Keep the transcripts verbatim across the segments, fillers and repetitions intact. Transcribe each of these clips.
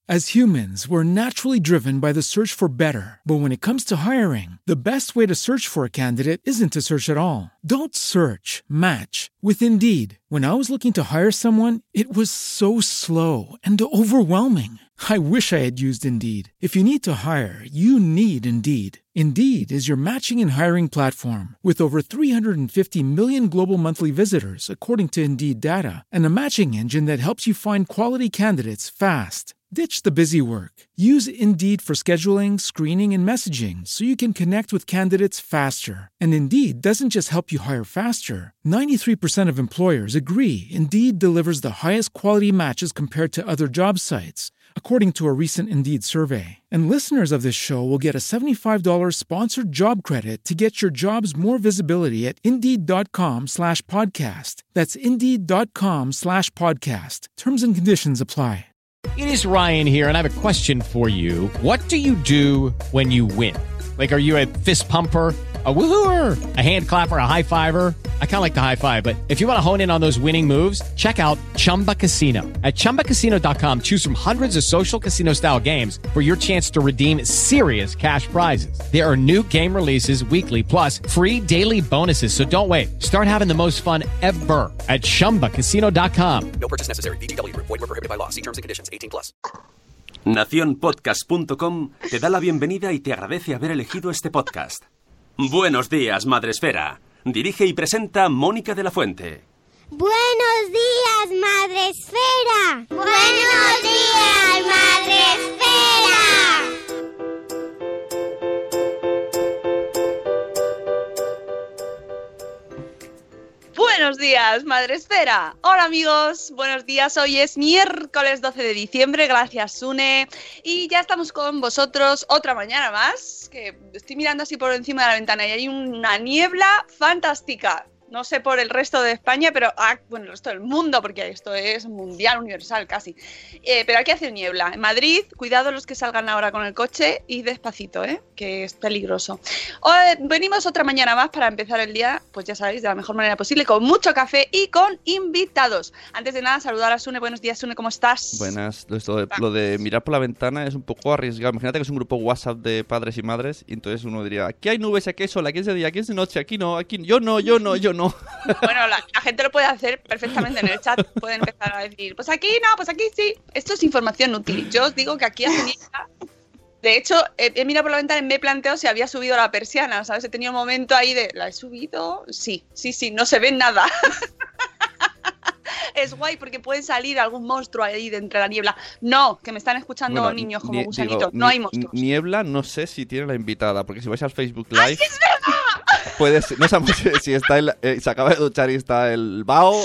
As humans, we're naturally driven by the search for better. But when it comes to hiring, the best way to search for a candidate isn't to search at all. Don't search, match with Indeed. When I was looking to hire someone, it was so slow and overwhelming. I wish I had used Indeed. If you need to hire, you need Indeed. Indeed is your matching and hiring platform with over three hundred fifty million global monthly visitors, according to Indeed data, and a matching engine that helps you find quality candidates fast. Ditch the busy work. Use Indeed for scheduling, screening, and messaging so you can connect with candidates faster. And Indeed doesn't just help you hire faster. ninety-three percent of employers agree Indeed delivers the highest quality matches compared to other job sites, according to a recent Indeed survey. And listeners of this show will get a seventy-five dollars sponsored job credit to get your jobs more visibility at Indeed.com slash podcast. That's Indeed.com slash podcast. Terms and conditions apply. It is Ryan here, and I have a question for you. What do you do when you win? Like, are you a fist pumper, a woo-hooer, a hand clapper, a high-fiver? I kind of like the high-five, but if you want to hone in on those winning moves, check out Chumba Casino. At Chumba Casino dot com, choose from hundreds of social casino-style games for your chance to redeem serious cash prizes. There are new game releases weekly, plus free daily bonuses, so don't wait. Start having the most fun ever at Chumba Casino dot com. No purchase necessary. V G W. Void where prohibited by law. See terms and conditions. eighteen plus. Nación Podcast punto com te da la bienvenida y te agradece haber elegido este podcast. Buenos días, Madresfera. Dirige y presenta Mónica de la Fuente. Buenos días, Madresfera. Buenos días, Madresfera. Buenos días, Madresfera. Hola amigos, buenos días. Hoy es miércoles doce de diciembre, gracias Sune. Y ya estamos con vosotros otra mañana más, que estoy mirando así por encima de la ventana y hay una niebla fantástica. No sé por el resto de España, pero ah, bueno, el resto del mundo, porque esto es mundial, universal casi. Eh, pero aquí hace niebla. En Madrid, cuidado los que salgan ahora con el coche y despacito, ¿eh? Que es peligroso. Hoy venimos otra mañana más para empezar el día, pues ya sabéis, de la mejor manera posible, con mucho café y con invitados. Antes de nada, saludar a Sune. Buenos días, Sune, ¿cómo estás? Buenas. Lo de, lo de mirar por la ventana es un poco arriesgado. Imagínate que es un grupo WhatsApp de padres y madres y entonces uno diría, aquí hay nubes, aquí hay sol, aquí es de día, aquí es de noche, aquí no, aquí yo no, yo no, yo no. Bueno, la, la gente lo puede hacer perfectamente en el chat. Pueden empezar a decir, pues aquí no, pues aquí sí. Esto es información útil. Yo os digo que aquí hace niebla. De hecho, he, he mirado por la ventana y me he planteado si había subido la persiana, ¿sabes? He tenido un momento ahí de, ¿la he subido? Sí, sí, sí, no se ve nada. Es guay porque puede salir algún monstruo ahí de entre la niebla. No, que me están escuchando bueno, niños como ni, gusanitos. digo, no ni, hay monstruos. Niebla, no sé si tiene la invitada, porque si vais al Facebook Live... ¡Ay, es verdad! Puede ser, no sabemos si está el, eh, se acaba de duchar y está el Bao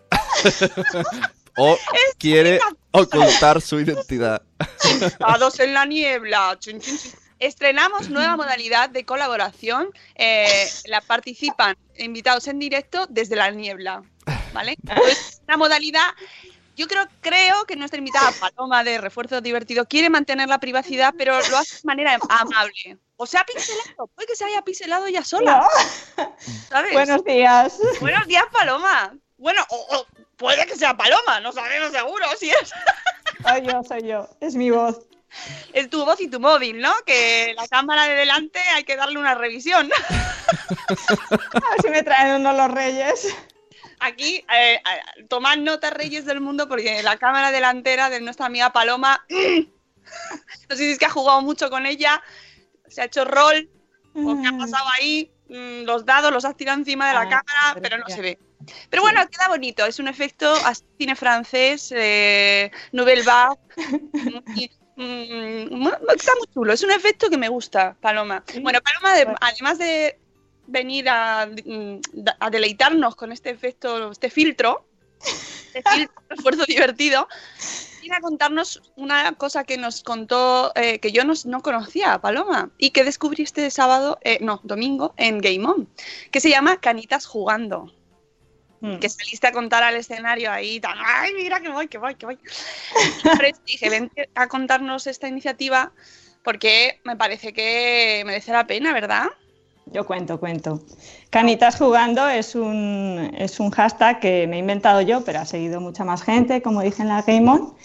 o es quiere ocultar su identidad. Dados en la niebla. Chin, chin, chin. Estrenamos nueva modalidad de colaboración. Eh, la participan invitados en directo desde la niebla, ¿vale? Pues una modalidad. Yo creo, creo que nuestra invitada Paloma de Refuerzo Divertido quiere mantener la privacidad, pero lo hace de manera amable. O sea, pincelado. Puede que se haya pincelado ella sola. No. ¿Sabes? Buenos días. Buenos días, Paloma. Bueno, o, o puede que sea Paloma, no sabemos seguro si es. Soy yo, soy yo. Es mi voz. Es tu voz y tu móvil, ¿no? Que la cámara de delante hay que darle una revisión. A ver si me traen uno los reyes. Aquí, eh, eh, tomad nota, reyes del mundo, porque la cámara delantera de nuestra amiga Paloma, no sé si es que ha jugado mucho con ella, se ha hecho rol, o qué ha pasado ahí, mmm, los dados los has tirado encima de la ah, cámara, pero no ya. se ve. Pero bueno, sí. Queda bonito, es un efecto así, cine francés, eh, Nouvelle Vague, y, mmm, está muy chulo, es un efecto que me gusta, Paloma. Sí. Bueno, Paloma, de, además de venir a, a deleitarnos con este efecto, este filtro, este filtro, esfuerzo divertido, viene a contarnos una cosa que nos contó, eh, que yo no, no conocía, Paloma, y que descubrí este sábado, eh, no, domingo, en Game On, que se llama Canitas Jugando. Mm. Que saliste a contar al escenario ahí, tan, ¡ay, mira que voy, que voy, que voy! Y dije, ven a contarnos esta iniciativa, porque me parece que merece la pena, ¿verdad? Yo cuento, cuento. Canitas Jugando es un, es un hashtag que me he inventado yo, pero ha seguido mucha más gente, como dije en la Game On.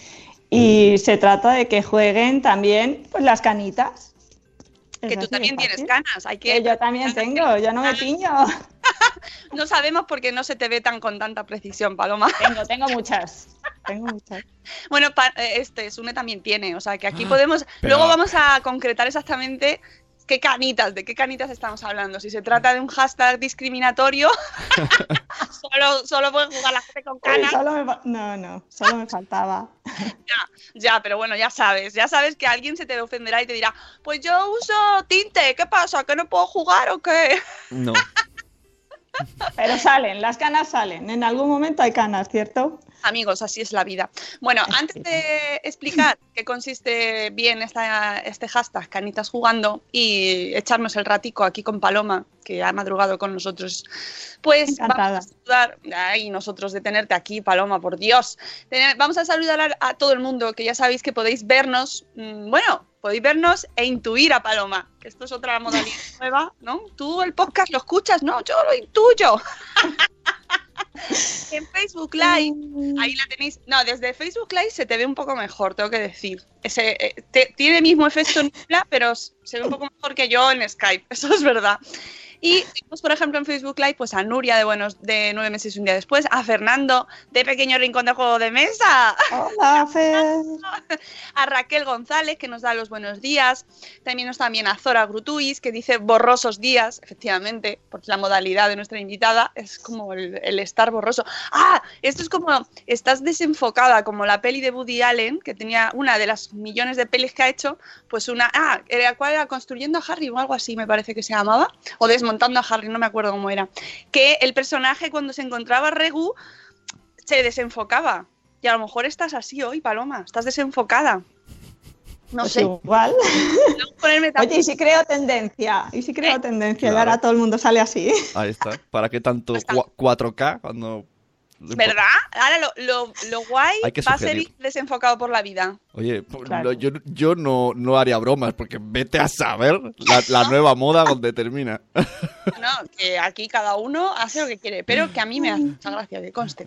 Y se trata de que jueguen también pues las canitas. Que Es tú así de también tienes fácil. canas. Hay que... Que yo también tengo, yo no me tiño. No sabemos por qué no se te ve tan con tanta precisión, Paloma. Tengo, tengo muchas. Tengo muchas. Bueno, pa- eh, este, Sune también tiene, o sea que aquí podemos... pero- Luego vamos a concretar exactamente qué canitas, de qué canitas estamos hablando. Si se trata de un hashtag discriminatorio, solo, solo puede jugar la gente con Uy, canas. solo me fa- No, no, solo me faltaba. Ya, ya, pero bueno, ya sabes, ya sabes que alguien se te ofenderá y te dirá, pues yo uso tinte, ¿qué pasa? ¿Que no puedo jugar o qué? No. Pero salen, las canas salen. En algún momento hay canas, ¿cierto? Amigos, así es la vida. Bueno, antes de explicar qué consiste bien esta, este hashtag Canitas Jugando y echarnos el ratico aquí con Paloma, que ha madrugado con nosotros, pues Encantada. vamos a saludar, ay, nosotros de tenerte aquí, Paloma, por Dios. Tener- vamos a saludar a, a todo el mundo, que ya sabéis que podéis vernos, mmm, bueno, podéis vernos e intuir a Paloma, que esto es otra modalidad nueva, ¿no? Tú el podcast lo escuchas, no, yo lo intuyo. En Facebook Live, ahí la tenéis. No, desde Facebook Live se te ve un poco mejor, tengo que decir. Ese, eh, te- tiene el mismo efecto en Nubla, pero s- se ve un poco mejor que yo en Skype, eso es verdad. Y tenemos, por ejemplo, en Facebook Live, pues a Nuria de Buenos de Nueve Meses y un Día Después, a Fernando de Pequeño Rincón de Juego de Mesa, Hola, Fer. a Raquel González, que nos da los buenos días. También nos también a Zora Grutuis, que dice borrosos días, efectivamente, porque la modalidad de nuestra invitada es como el, el estar borroso. Ah, esto es como, estás desenfocada, como la peli de Woody Allen, que tenía una de las millones de pelis que ha hecho, pues una, ah, era, ¿cuál era? Construyendo a Harry o algo así, me parece que se llamaba, o Desmontando a Harry, no me acuerdo cómo era. Que el personaje cuando se encontraba a Regu se desenfocaba. Y a lo mejor estás así hoy, Paloma, estás desenfocada. No Pues sé. igual. No ponerme tan- Oye, ¿y si creo tendencia? ¿Y si creo Eh, tendencia? Y claro. ahora todo el mundo sale así. Ahí está. ¿Para qué tanto Está. cua- cuatro K cuando... ¿Verdad? Ahora lo, lo, lo guay Hay que va a ser sugerir. ir desenfocado por la vida. Oye, pues, Claro. no, yo, yo no, no haría bromas porque vete a saber la, la nueva moda donde termina. No, que aquí cada uno hace lo que quiere, pero que a mí me hace mucha gracia, que conste.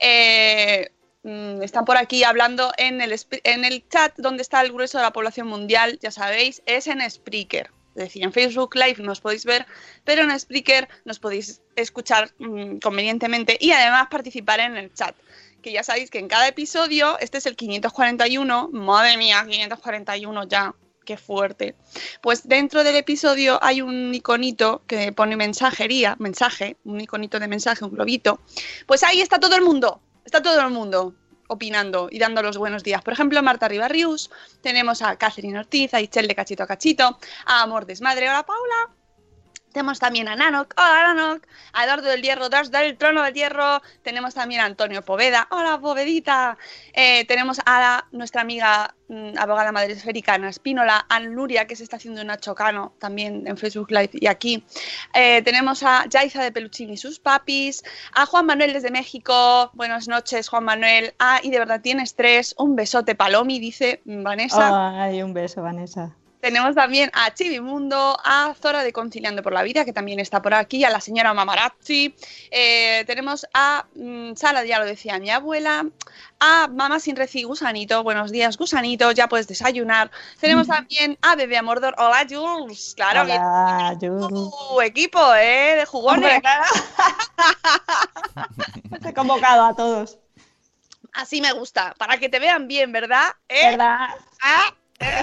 Eh, mm, están por aquí hablando en el, esp- en el chat donde está el grueso de la población mundial, ya sabéis, es en Spreaker. Es decir, en Facebook Live nos podéis ver, pero en Spreaker nos podéis escuchar mm, convenientemente y además participar en el chat. Que ya sabéis que en cada episodio, este es el quinientos cuarenta y uno, madre mía, quinientos cuarenta y uno ya, qué fuerte. Pues dentro del episodio hay un iconito que pone mensajería, mensaje, un iconito de mensaje, un globito. Pues ahí está todo el mundo, está todo el mundo opinando y dando los buenos días. Por ejemplo, Marta Ribarrius, tenemos a Catherine Ortiz, a Itzel de Cachito a Cachito, a Amor Desmadre, hola Paula. Tenemos también a Nanok, hola Nanok, a Eduardo del Hierro, das del Trono del Hierro, tenemos también a Antonio Poveda, hola Povedita, eh, tenemos a la- nuestra amiga mm, abogada madresférica Ana Espínola, a Nuria, que se está haciendo una chocano también en Facebook Live y aquí, eh, tenemos a Yaiza de Peluchín y sus papis, a Juan Manuel desde México, buenas noches Juan Manuel, ah, y de verdad tienes tres, un besote Palomi, dice Vanessa. Ay, un beso, Vanessa. Tenemos también a Chivimundo, a Zora de Conciliando por la Vida, que también está por aquí, a la señora Mamarazzi. Eh, tenemos a mm, Sala, ya lo decía mi abuela, a Mamá Sin Reci Gusanito, buenos días Gusanito, ya puedes desayunar. Tenemos también a Bebé Amordor, hola Jules, claro, Hola, bien, Jules. tu equipo, ¿eh? De jugones. Hombre, claro. Te he convocado a todos. Así me gusta, para que te vean bien, ¿verdad? ¿Eh? ¿Verdad? Ah,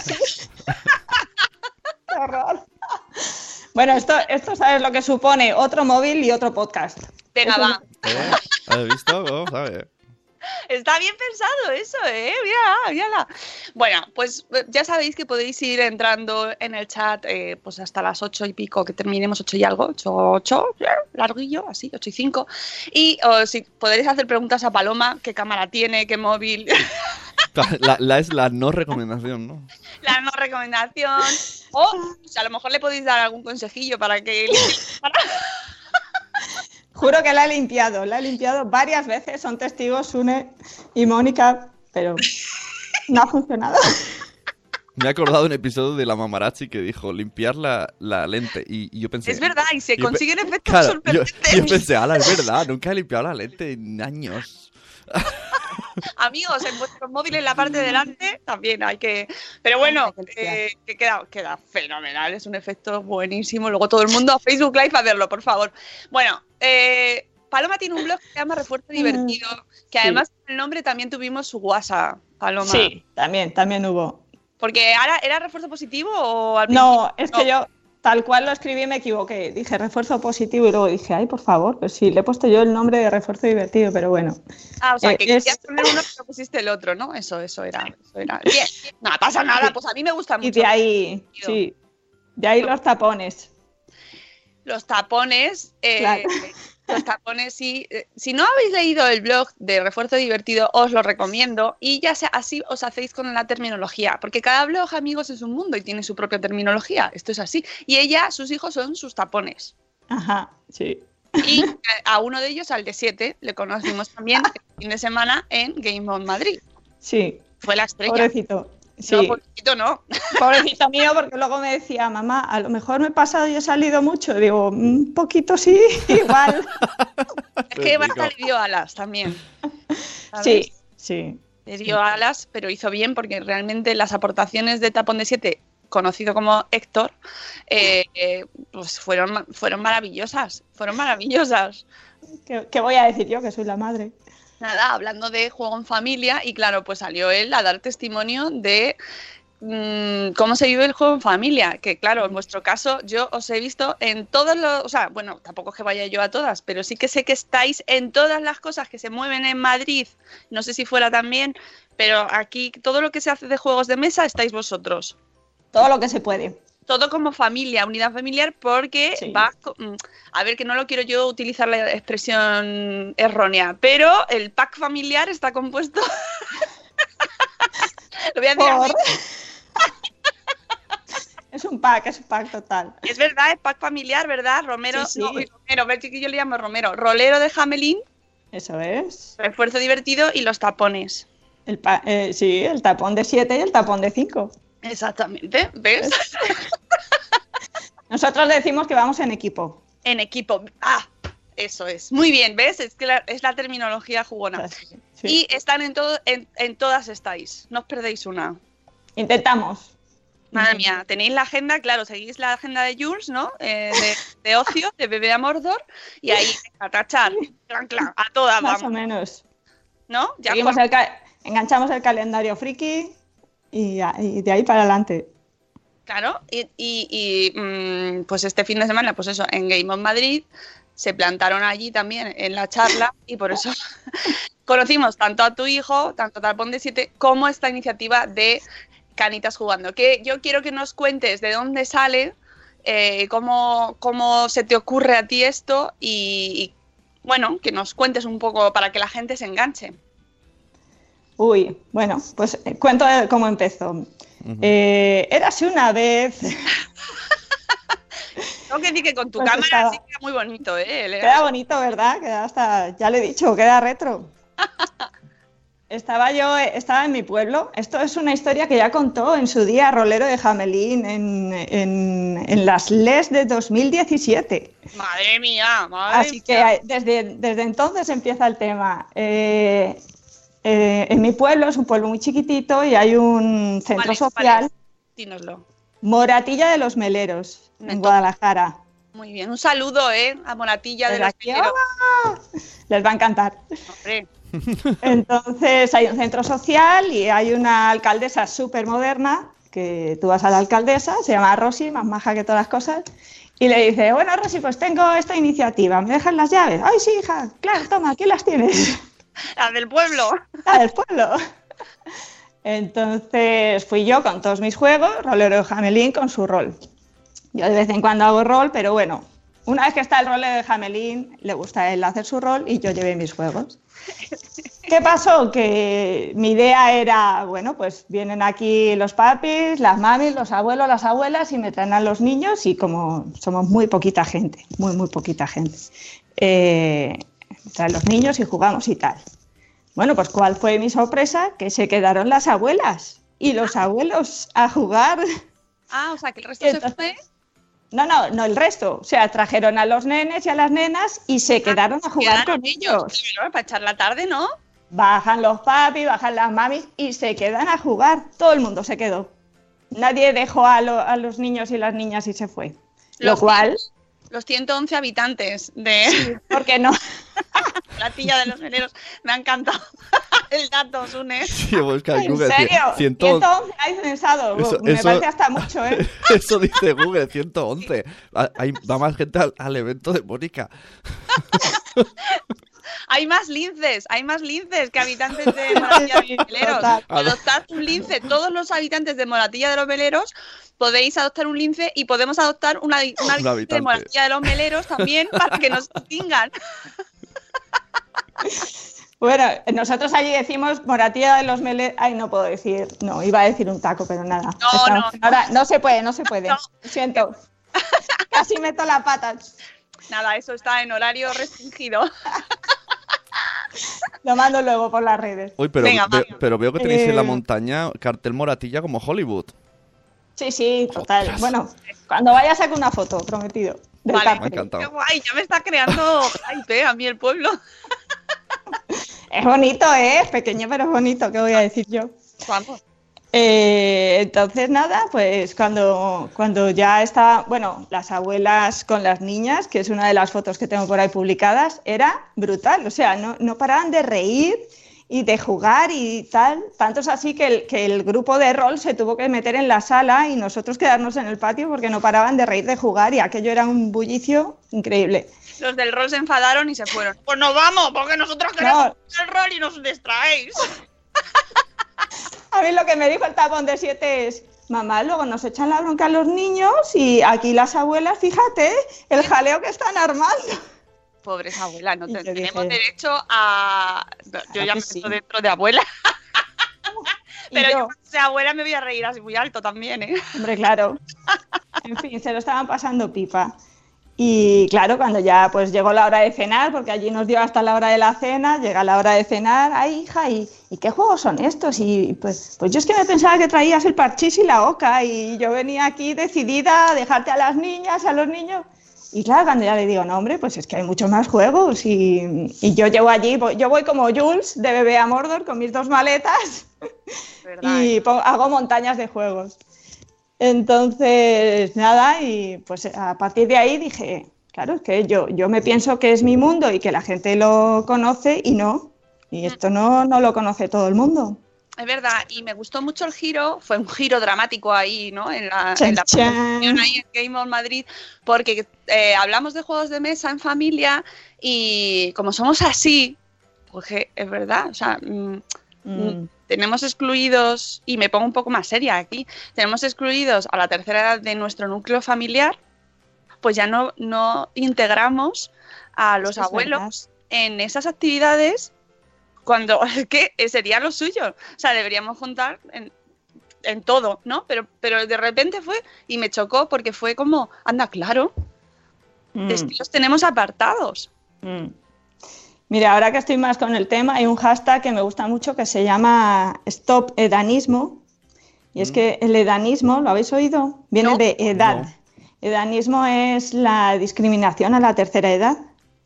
¡Qué horror! Bueno, esto, esto sabes lo que supone, otro móvil y otro podcast. venga, Eso- va. ¿Eh? ¿Has visto? Vamos a ver. Está bien pensado eso, ¿eh? Mírala, mírala. Bueno, pues eh, ya sabéis que podéis ir entrando en el chat eh, pues hasta las ocho y pico, que terminemos ocho y algo, ocho, ocho, larguillo, así, ocho y cinco. Y o, si podréis hacer preguntas a Paloma, qué cámara tiene, qué móvil, La, la es la no recomendación, ¿no? la no recomendación. O pues, a lo mejor le podéis dar algún consejillo para que... Juro que la he limpiado, la he limpiado varias veces, son testigos Sune y Mónica, pero no ha funcionado. Me he acordado de un episodio de la Mamarazzi que dijo limpiar la, la lente y, y yo pensé... Es verdad, y se yo pe- consiguen efectos Claro, yo, sorprendentes. yo pensé, ala, es verdad, nunca he limpiado la lente en años. Amigos, en vuestros móviles en la parte de delante también hay que... Pero bueno, eh, que queda, queda fenomenal, es un efecto buenísimo. Luego todo el mundo a Facebook Live a verlo, por favor. Bueno, eh, Paloma tiene un blog que se llama Refuerzo Divertido, que además en el nombre también tuvimos su WhatsApp, Paloma. Sí, también, también hubo. Porque ahora, ¿era refuerzo positivo o al principio? No, es que yo... Tal cual lo escribí me equivoqué. Dije refuerzo positivo y luego dije, ay, por favor, pues sí, le he puesto yo el nombre de refuerzo divertido, pero bueno. Ah, o sea, eh, que es... querías poner uno pero pusiste el otro, ¿no? Eso, eso era. Eso era. Bien, no pasa nada, pues a mí me gusta mucho. Y de ahí, sí, de ahí los tapones. Los tapones, eh, Claro. los tapones, sí. Eh, si no habéis leído el blog de Refuerzo Divertido, os lo recomiendo y ya sea, así os hacéis con la terminología, porque cada blog, amigos, es un mundo y tiene su propia terminología. Esto es así. Y ella, sus hijos son sus tapones. Ajá, sí. Y a uno de ellos, al de siete, le conocimos también el fin de semana en Game On Madrid. Sí. Fue la estrella. Pobrecito. Sí. No, pobrecito no. Pobrecito mío, porque luego me decía, mamá, a lo mejor me he pasado y he salido mucho. Digo, un poquito sí, igual. Es que Basta le dio alas también. ¿Sabes? Sí, sí. Le dio alas, pero hizo bien porque realmente las aportaciones de Tapón de siete, conocido como Héctor, eh, eh, pues fueron, fueron maravillosas. Fueron maravillosas. ¿Qué, ¿Qué voy a decir yo, que soy la madre? Nada, hablando de juego en familia, y claro, pues salió él a dar testimonio de mmm, cómo se vive el juego en familia, que claro, en vuestro caso yo os he visto en todos los, o sea, bueno, tampoco es que vaya yo a todas, pero sí que sé que estáis en todas las cosas que se mueven en Madrid, no sé si fuera también, pero aquí todo lo que se hace de juegos de mesa estáis vosotros. Todo lo que se puede. Todo como familia, unidad familiar, porque Sí. va, a ver, que no lo quiero yo utilizar la expresión errónea, pero el pack familiar está compuesto. Lo voy a decir Por... así. Es un pack, es un pack total. Es verdad, es pack familiar, ¿verdad? Romero, Sí, sí. no, Romero, ver que yo le llamo Romero, rolero de Jamelín, Eso es. refuerzo divertido y los tapones. El pa- eh, sí, el tapón de siete y el tapón de cinco. Exactamente, ¿ves? Nosotros decimos que vamos en equipo. En equipo. Ah, eso es. Muy bien, ¿ves? Es que la, es la terminología jugona. Sí. Y están en todo, en, en todas estáis. No os perdéis una. Intentamos. Madre mía, tenéis la agenda, claro, seguís la agenda de Jules, ¿no? Eh, de, de ocio, de Bebé a Mordor, y ahí a tachar, clan, clan, a todas Más o vamos, menos. ¿no? Ya Seguimos por- el ca- enganchamos el calendario friki y, y de ahí para adelante. Claro, y, y- y, mm, pues este fin de semana, pues eso, en Game On Madrid, se plantaron allí también en la charla, y por eso conocimos tanto a tu hijo, tanto a Tapón de siete, como esta iniciativa de Canitas Jugando. Que yo quiero que nos cuentes de dónde sale, eh, cómo, cómo se te ocurre a ti esto, y, y bueno, que nos cuentes un poco para que la gente se enganche. Uy, bueno, pues eh, cuento de cómo empezó. Ujú. Eh, érase una vez. Tengo que decir que con tu Pues cámara estaba- sí queda muy bonito, ¿eh? Elena? Queda bonito, ¿verdad? Queda hasta, ya lo he dicho, queda retro. Estaba yo, eh, estaba en mi pueblo. Esto es una historia que ya contó en su día Rolero de Jamelín en, en, en las L E S de dos mil diecisiete. Madre mía, madre Así que mía. eh, desde, desde entonces empieza el tema. Eh, eh, en mi pueblo es un pueblo muy chiquitito y hay un centro ¿Cuál es? ¿Cuál social, es? Dínoslo. Moratilla de los Meleros, Me en toca. Guadalajara. Muy bien, un saludo, ¿eh? A Monatilla de Desde los aquí, Meleros. ¡ah! Les va a encantar. Hombre, Entonces hay un centro social y hay una alcaldesa súper moderna, que tú vas a la alcaldesa, se llama Rosy, más maja que todas las cosas, y le dice, bueno, Rosy, pues tengo esta iniciativa, ¿me dejas las llaves? Ay, sí, hija, claro, toma, aquí las tienes. la del pueblo. La del pueblo. Entonces fui yo con todos mis juegos, Rolero de Jamelín con su rol. Yo de vez en cuando hago rol, pero bueno, una vez que está el Rolero de Jamelín, le gusta a él hacer su rol y yo llevé mis juegos. ¿Qué pasó? Que mi idea era, bueno, pues vienen aquí los papis, las mamis, los abuelos, las abuelas y me traen a los niños y como somos muy poquita gente, muy, muy poquita gente, eh, me traen los niños y jugamos y tal. Bueno, pues ¿cuál fue mi sorpresa? Que se quedaron las abuelas y los abuelos a jugar. Ah, o sea, que el resto se fue. No, no, no el resto. O sea, trajeron a los nenes y a las nenas y se quedaron a jugar Quedaron con ellos. Claro, para echar la tarde, ¿no? Bajan los papis, bajan las mamis y se quedan a jugar. Todo el mundo se quedó. Nadie dejó a, lo, a los niños y las niñas y se fue. Lo Los cual... Los ciento once habitantes de Sí, ¿por qué no? la Tilla de los Veleros. Me ha encantado el dato, Sune. Sí, busca en ¿En Google. serio? ciento once. ciento once hay censado. Eso- Me eso- parece hasta mucho, ¿eh? Eso dice Google, ciento once. Ah, hay- va más gente al, al evento de Mónica. Hay más linces, hay más linces que habitantes de Moratilla de los Veleros. Total. Adoptad un lince. Todos los habitantes de Moratilla de los Veleros podéis adoptar un lince y podemos adoptar una, una habitante habitante. de Moratilla de los Veleros también para que nos distingan. Bueno, nosotros allí decimos Moratilla de los Mele... Ay, no puedo decir... No, iba a decir un taco, pero nada. No, Estamos- no. Ahora, no se puede, no se puede. No. Lo siento. Casi meto la pata. Nada, eso está en horario restringido. Lo mando luego por las redes. Uy, pero, Venga, ve- va. pero veo que tenéis en la Eh. montaña cartel Moratilla como Hollywood. Sí, sí, total. Bueno, cuando vaya saco una foto, prometido. Del Vale, cartel. Me ha encantado. qué guay, ya me está creando hype, ¿eh? A mí el pueblo. Es bonito, ¿eh? Es pequeño, pero es bonito. ¿Qué voy a decir yo? Vamos. Eh, entonces, nada, pues cuando, cuando ya estaba, bueno, las abuelas con las niñas, que es una de las fotos que tengo por ahí publicadas, era brutal, o sea, no, no paraban de reír y de jugar y tal, tanto es así que el, que el grupo de rol se tuvo que meter en la sala y nosotros quedarnos en el patio porque no paraban de reír, de jugar y aquello era un bullicio increíble. Los del rol se enfadaron y se fueron. Pues nos vamos, porque nosotros queremos No. el rol y nos distraéis. A mí lo que me dijo el tapón de siete es, mamá, luego nos echan la bronca a los niños y aquí las abuelas, fíjate, el jaleo que están armando. Pobres abuelas, no Y te- yo tenemos dije, derecho a... Yo claro ya que me sí. meto dentro de abuela. Y Pero yo, yo, cuando sea abuela, me voy a reír así muy alto también, ¿eh? hombre, claro. En fin, se lo estaban pasando pipa. Y claro, cuando ya pues llegó la hora de cenar, porque allí nos dio hasta la hora de la cena, llega la hora de cenar, ay hija, ¿y, ¿y qué juegos son estos? Y pues, pues yo es que me pensaba que traías el parchís y la oca, y yo venía aquí decidida a dejarte a las niñas, a los niños. Y claro, cuando ya le digo, no hombre, pues es que hay muchos más juegos, y, y yo llevo allí, voy- yo voy como Jules de bebé a Mordor con mis dos maletas ¿Verdad? y po- hago montañas de juegos. Entonces, nada, y pues a partir de ahí dije, claro, es que yo, yo me pienso que es mi mundo y que la gente lo conoce y no, y esto no, no lo conoce todo el mundo. Es verdad, y me gustó mucho el giro, fue un giro dramático ahí, ¿no? En la, Chan, en la chan. presentación ahí en Game on Madrid, porque eh, hablamos de juegos de mesa en familia y como somos así, pues que es verdad, o sea, mm, Mm. tenemos excluidos, y me pongo un poco más seria aquí, tenemos excluidos a la tercera edad de nuestro núcleo familiar, pues ya no, no integramos a los Eso es abuelos en esas actividades cuando es que sería lo suyo. O sea, deberíamos juntar en, en todo, ¿no? Pero, pero de repente fue, y me chocó porque fue como, anda, claro, Mm. es que los tenemos apartados. Mm. Mira, ahora que estoy más con el tema, hay un hashtag que me gusta mucho que se llama Stop Edanismo. Y es que el edanismo, ¿lo habéis oído? Viene No. de edad. No. Edanismo es la discriminación a la tercera edad.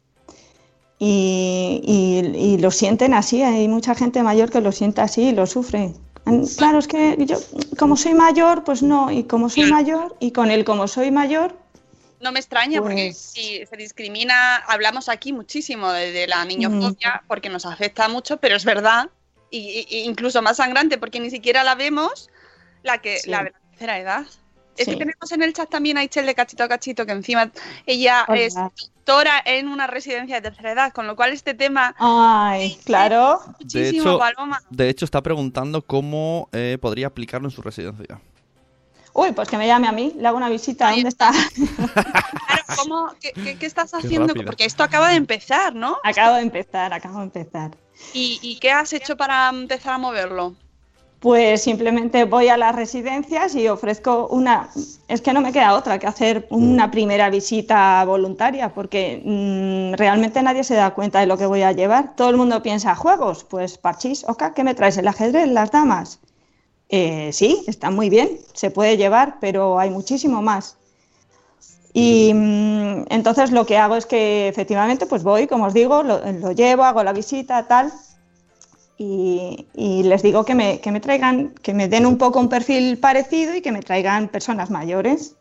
Y, y- y lo sienten así, hay mucha gente mayor que lo siente así y lo sufre. Claro, es que yo, como soy mayor, pues no, y como soy mayor, y con el como soy mayor, No me extraña porque Pues- si se discrimina, hablamos aquí muchísimo de, de la niñofobia porque nos afecta mucho, pero es verdad, y, y- incluso más sangrante porque ni siquiera la vemos, la que Sí. la de la tercera edad. Es Sí. que tenemos en el chat también a Ichel de Cachito a Cachito, que encima ella Hola. es doctora en una residencia de tercera edad, con lo cual este tema ay, claro. De muchísimo, hecho, Paloma. de hecho, está preguntando cómo eh, podría aplicarlo en su residencia. Uy, pues que me llame a mí, le hago una visita, Ahí ¿dónde está? Claro, ¿cómo, qué, qué- qué estás haciendo? rápida. Porque esto acaba de empezar, ¿no? Acabo de empezar, acabo de empezar. ¿Y, y qué has hecho para empezar a moverlo? Pues simplemente voy a las residencias y ofrezco una... Es que no me queda otra que hacer una primera visita voluntaria porque mm, realmente nadie se da cuenta de lo que voy a llevar. Todo el mundo piensa, ¿juegos? Pues parchís, oca, ¿qué me traes? ¿El ajedrez? ¿Las damas? Eh, sí, está muy bien, se puede llevar, pero hay muchísimo más. Y mm, entonces lo que hago es que efectivamente pues voy, como os digo, lo, lo llevo, hago la visita, tal... y, y les digo que me, que me traigan, que me den un poco un perfil parecido y que me traigan personas mayores.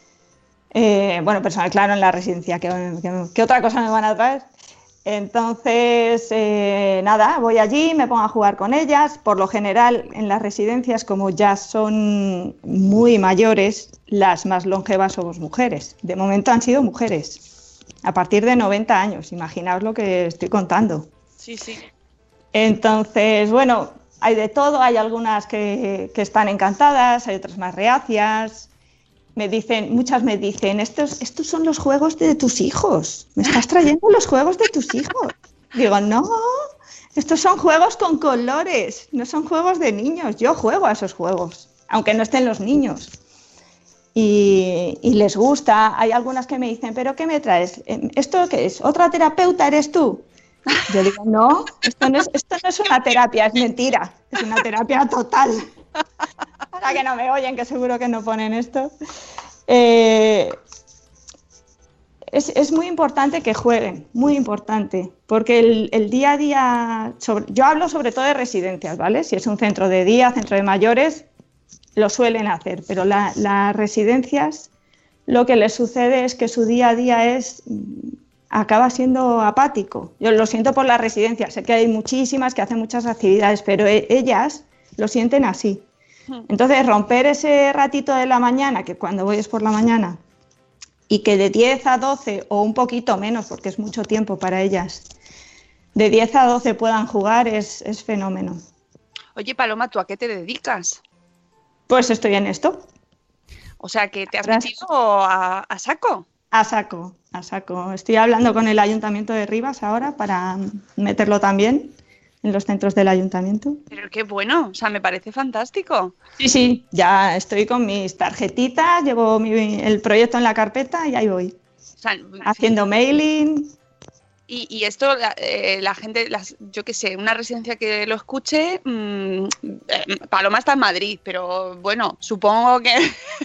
Eh, bueno, personas, claro, en la residencia, ¿qué, qué, qué otra cosa me van a traer? Entonces, eh, nada, voy allí, me pongo a jugar con ellas. Por lo general, en las residencias, como ya son muy mayores, las más longevas somos mujeres. De momento han sido mujeres, a partir de noventa años. Imaginaos lo que estoy contando. Sí, sí. Entonces, bueno, hay de todo. Hay algunas que, que están encantadas, hay otras más reacias. Me dicen, muchas me dicen, estos, estos son los juegos de tus hijos, me estás trayendo los juegos de tus hijos. Digo, no, estos son juegos con colores, no son juegos de niños, yo juego a esos juegos, aunque no estén los niños. Y, y les gusta. Hay algunas que me dicen, ¿pero qué me traes? ¿Esto qué es? ¿Otra terapeuta eres tú? Yo digo, no, esto no es, esto no es una terapia, es mentira, es una terapia total. Ahora que no me oyen, que seguro que no ponen esto. Eh, es, es muy importante que jueguen, muy importante, porque el, el día a día, sobre, yo hablo sobre todo de residencias, ¿vale? Si es un centro de día, centro de mayores, lo suelen hacer, pero la, las residencias, lo que les sucede es que su día a día es, acaba siendo apático. Yo lo siento por las residencias, sé que hay muchísimas que hacen muchas actividades, pero e, ellas lo sienten así. Entonces, romper ese ratito de la mañana, que cuando voy es por la mañana, y que de diez a doce, o un poquito menos, porque es mucho tiempo para ellas, de diez a doce puedan jugar, es, es fenómeno. Oye, Paloma, ¿tú a qué te dedicas? Pues estoy en esto. O sea, que te has metido a, a saco. A saco, a saco. Estoy hablando con el Ayuntamiento de Rivas ahora para meterlo también en los centros del ayuntamiento. Pero qué bueno, o sea, me parece fantástico. Sí, sí, ya estoy con mis tarjetitas, llevo mi, el proyecto en la carpeta y ahí voy. O sea, haciendo mailing. Y, y esto, eh, la gente, las, yo qué sé, una residencia que lo escuche, mmm, eh, Paloma está en Madrid, pero bueno, supongo que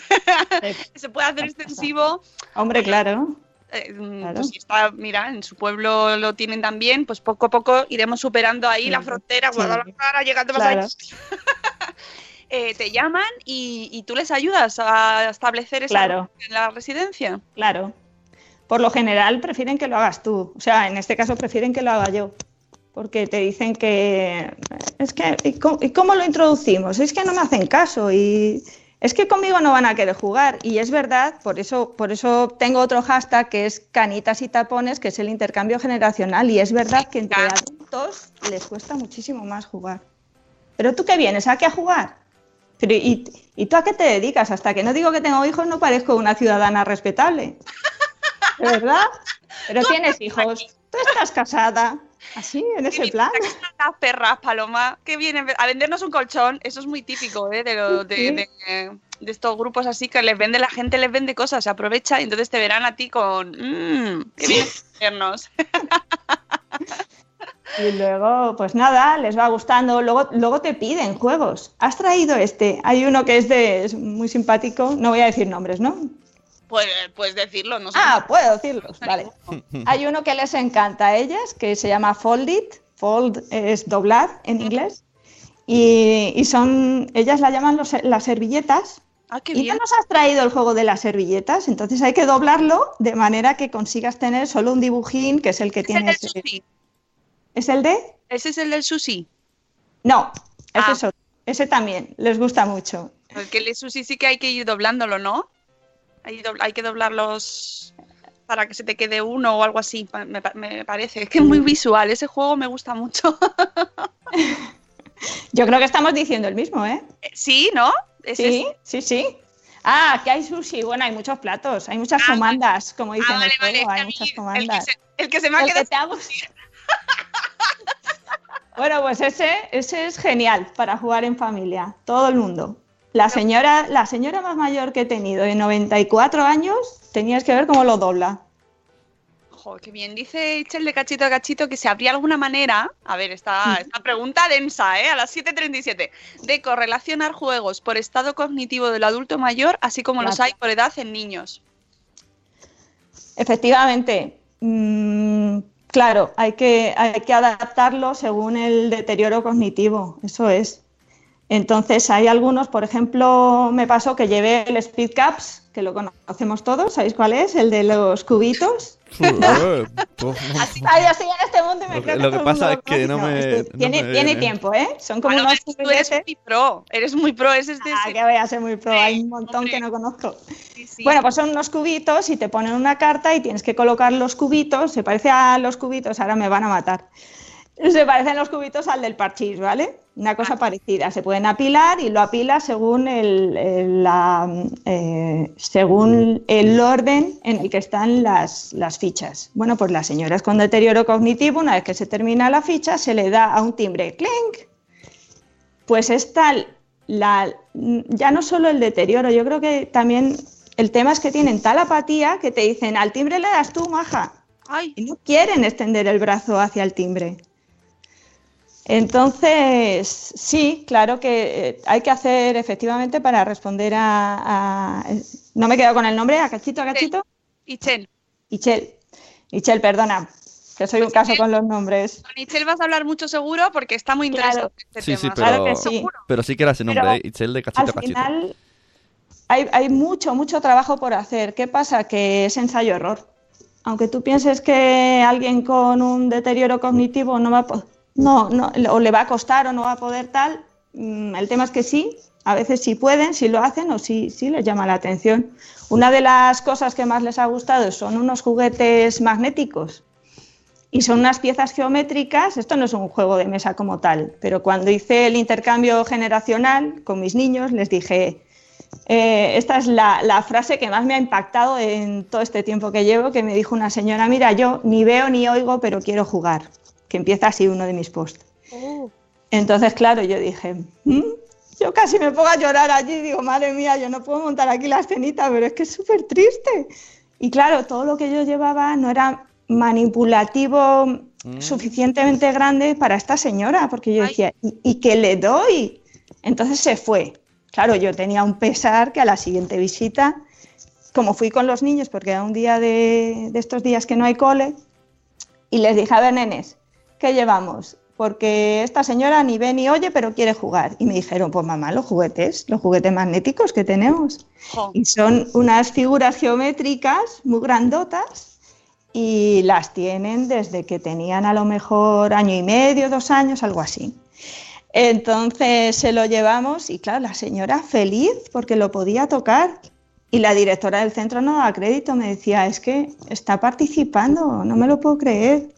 se puede hacer extensivo. Hombre, claro. Eh, Claro. Pues si está, mira, en su pueblo lo tienen también, pues poco a poco iremos superando ahí sí. la frontera, Sí. Guadalajara, llegando más Claro. allá. eh, te llaman y, y tú les ayudas a establecer esa Claro. en la residencia. Claro. Por lo general prefieren que lo hagas tú. O sea, en este caso prefieren que lo haga yo. Porque te dicen que... Es que ¿y cómo, ¿y cómo lo introducimos? Es que no me hacen caso y... Es que conmigo no van a querer jugar. Y es verdad, por eso, por eso tengo otro hashtag que es Canitas y Tapones, que es el intercambio generacional. Y es verdad que entre adultos les cuesta muchísimo más jugar. ¿Pero tú qué vienes? ¿A qué a jugar? Pero ¿y, ¿y tú a qué te dedicas? Hasta que no digo que tengo hijos no parezco una ciudadana respetable. ¿De verdad? Pero tienes hijos. Tú estás casada. Así, en ese plan. Las perras, Paloma, que vienen a vendernos un colchón. Eso es muy típico, ¿eh? De, lo, de, Sí. de, de estos grupos así que les vende, la gente les vende cosas, se aprovecha y entonces te verán a ti con... Mmm, que vienen a vernos. Y luego, pues nada, les va gustando. Luego, luego te piden juegos. ¿Has traído este? Hay uno que es de es muy simpático. No voy a decir nombres, ¿no? Pues, puedes decirlo, no sé. Ah, puedo decirlos, vale. Hay uno que les encanta a ellas, que se llama Fold It. Fold es doblar en inglés. Y, y son, ellas la llaman los- las servilletas. Ah, qué ¿Y bien. no nos has traído el juego de las servilletas? Entonces hay que doblarlo de manera que consigas tener solo un dibujín, que es el que ¿Ese es el tienes. del sushi? ¿Es el de? ¿Ese es el del sushi? No, ese Ah. es otro. Ese también, les gusta mucho. Porque el de sushi sí que hay que ir doblándolo, ¿no? Hay, do- hay que doblarlos para que se te quede uno o algo así, pa- me, pa- me parece. Es que es muy visual, ese juego me gusta mucho. Yo creo que estamos diciendo el mismo, ¿eh? Sí, ¿no? Ese Sí, sí, sí. Ah, que hay sushi. Bueno, hay muchos platos, hay muchas Ah, comandas, como es- dicen Ah, en vale, el vale. juego, es que hay a mí muchas el, que comandas. se, el que se me ha El que quedado... te ha gustado. Bueno, pues ese, ese es genial para jugar en familia, todo el mundo. La señora, la señora más mayor que he tenido, de noventa y cuatro años, tenías que ver cómo lo dobla. Joder, qué bien. Dice Ichel de cachito a cachito que si habría alguna manera, a ver, esta, esta pregunta densa, ¿eh? A las siete treinta y siete, de correlacionar juegos por estado cognitivo del adulto mayor, así como los Claro. hay por edad en niños. Efectivamente, mm, Claro, hay que, hay que adaptarlo según el deterioro cognitivo, eso es. Entonces hay algunos, por ejemplo, me pasó que llevé el Speed Caps, que lo conocemos todos, ¿sabéis cuál es? El de los cubitos. Ay, yo estoy en este mundo y me Lo, creo que lo que todo el pasa es mundo que lo no conoce. me... Este, tiene, no me tiene viene. tiempo, ¿eh? Son como Paloma, unos tú eres juguetes. muy pro, eres muy pro, ese es de Ah, ese- que voy a ser muy pro, hay un montón hombre. que no conozco. Sí, sí. Bueno, pues son unos cubitos y te ponen una carta y tienes que colocar los cubitos, se parece a los cubitos, ahora me van a matar. Se parecen los cubitos al del parchís, ¿vale? Una cosa parecida. Se pueden apilar y lo apilas según el, el, la, eh, según el orden en el que están las, las fichas. Bueno, pues las señoras con deterioro cognitivo, una vez que se termina la ficha, se le da a un timbre, ¡clink! Pues es tal, la, ya no solo el deterioro, yo creo que también el tema es que tienen tal apatía que te dicen, al timbre le das tú, maja. Ay, Y no quieren extender el brazo hacia el timbre. Entonces, sí, claro que eh, hay que hacer efectivamente para responder a, a- No me he quedado con el nombre, a Cachito, a Cachito. Ichel. Ichel. Ichel, perdona, que soy un caso con los nombres. Con Ichel vas a hablar mucho seguro porque está muy Claro. interesante este Sí, sí, tema. pero, Claro que sí. pero sí que era ese nombre, Pero ¿eh? Itzel de cachito Al a cachito. final hay, hay mucho, mucho trabajo por hacer. ¿Qué pasa? Que es ensayo-error. Aunque tú pienses que alguien con un deterioro cognitivo no va a po- no, no, o le va a costar o no va a poder tal, mm, el tema es que sí, a veces sí pueden, sí lo hacen o sí, sí les llama la atención. Una de las cosas que más les ha gustado son unos juguetes magnéticos y son unas piezas geométricas. Esto no es un juego de mesa como tal, pero cuando hice el intercambio generacional con mis niños les dije, eh, esta es la, la frase que más me ha impactado en todo este tiempo que llevo, que me dijo una señora, mira, yo ni veo ni oigo, pero quiero jugar, que empieza así uno de mis posts. Oh. Entonces, claro, yo dije, "¿Mm?". Yo casi me pongo a llorar allí y digo, madre mía, yo no puedo montar aquí la escenita, pero es que es súper triste. Y claro, todo lo que yo llevaba no era manipulativo Mm. suficientemente grande para esta señora, porque yo Ay. decía, ¿y, y qué le doy? Entonces se fue. Claro, yo tenía un pesar que a la siguiente visita, como fui con los niños, porque era un día de, de estos días que no hay cole, y les dije, a ver, nenes, ¿qué llevamos? Porque esta señora ni ve ni oye, pero quiere jugar. Y me dijeron, pues mamá, los juguetes, los juguetes magnéticos que tenemos. Jo. Y son unas figuras geométricas muy grandotas y las tienen desde que tenían a lo mejor año y medio, dos años, algo así. Entonces se lo llevamos y claro, la señora feliz porque lo podía tocar. Y la directora del centro no daba crédito, me decía, es que está participando, no me lo puedo creer.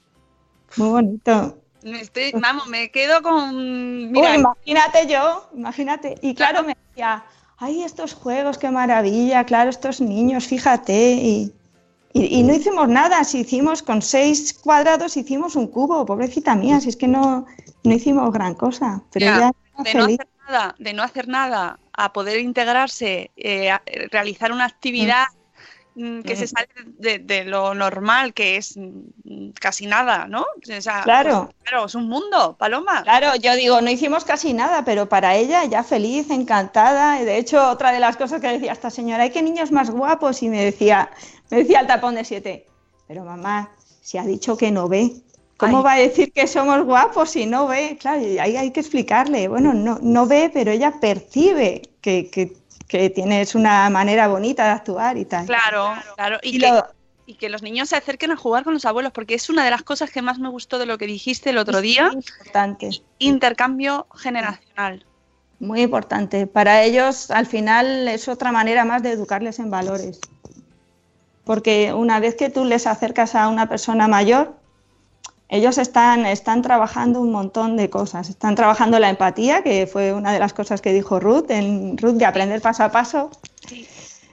Muy bonito. Me estoy, vamos, me quedo con... Mira, Uy, imagínate yo, imagínate. Y claro, me decía, ay, estos juegos, qué maravilla, claro, estos niños, fíjate. Y, y, y no hicimos nada, si hicimos con seis cuadrados, hicimos un cubo, pobrecita mía, si es que no, no hicimos gran cosa. Pero ya, ella estaba de no feliz. hacer nada, de no hacer nada, a poder integrarse, eh, a- eh, realizar una actividad mm, que Mm. se sale de, de lo normal, que es mm, casi nada, ¿no? O sea, Claro. pues, claro, es un mundo, Paloma. Claro, yo digo, no hicimos casi nada, pero para ella ya feliz, encantada. Y de hecho, otra de las cosas que decía esta señora, ¡ay, qué niños más guapos! Y me decía, me decía el tapón de siete, pero mamá, si ha dicho que no ve, ¿cómo Ay. va a decir que somos guapos si no ve? Claro, y ahí hay que explicarle, bueno, no, no ve, pero ella percibe que, que, que tienes una manera bonita de actuar y tal. Claro, claro. Y, Y que, lo- y que los niños se acerquen a jugar con los abuelos, porque es una de las cosas que más me gustó de lo que dijiste el otro día, Es muy importante. intercambio generacional. Muy importante. Para ellos, al final, es otra manera más de educarles en valores. Porque una vez que tú les acercas a una persona mayor, ellos están, están trabajando un montón de cosas. Están trabajando la empatía, que fue una de las cosas que dijo Ruth, en Ruth de aprender paso a paso. Sí.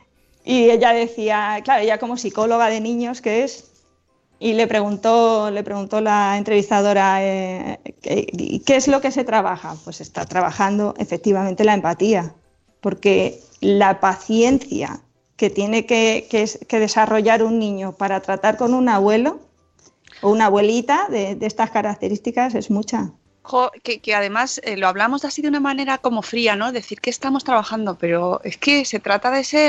Y ella decía, claro, ella como psicóloga de niños que es, y le preguntó, le preguntó la entrevistadora, eh, ¿qué, ¿qué es lo que se trabaja? Pues está trabajando efectivamente la empatía, porque la paciencia que tiene que, que, que desarrollar un niño para tratar con un abuelo o una abuelita de, de estas características es mucha. Jo, que, que además eh, lo hablamos así de una manera como fría, ¿no? Decir que estamos trabajando, pero es que se trata de ser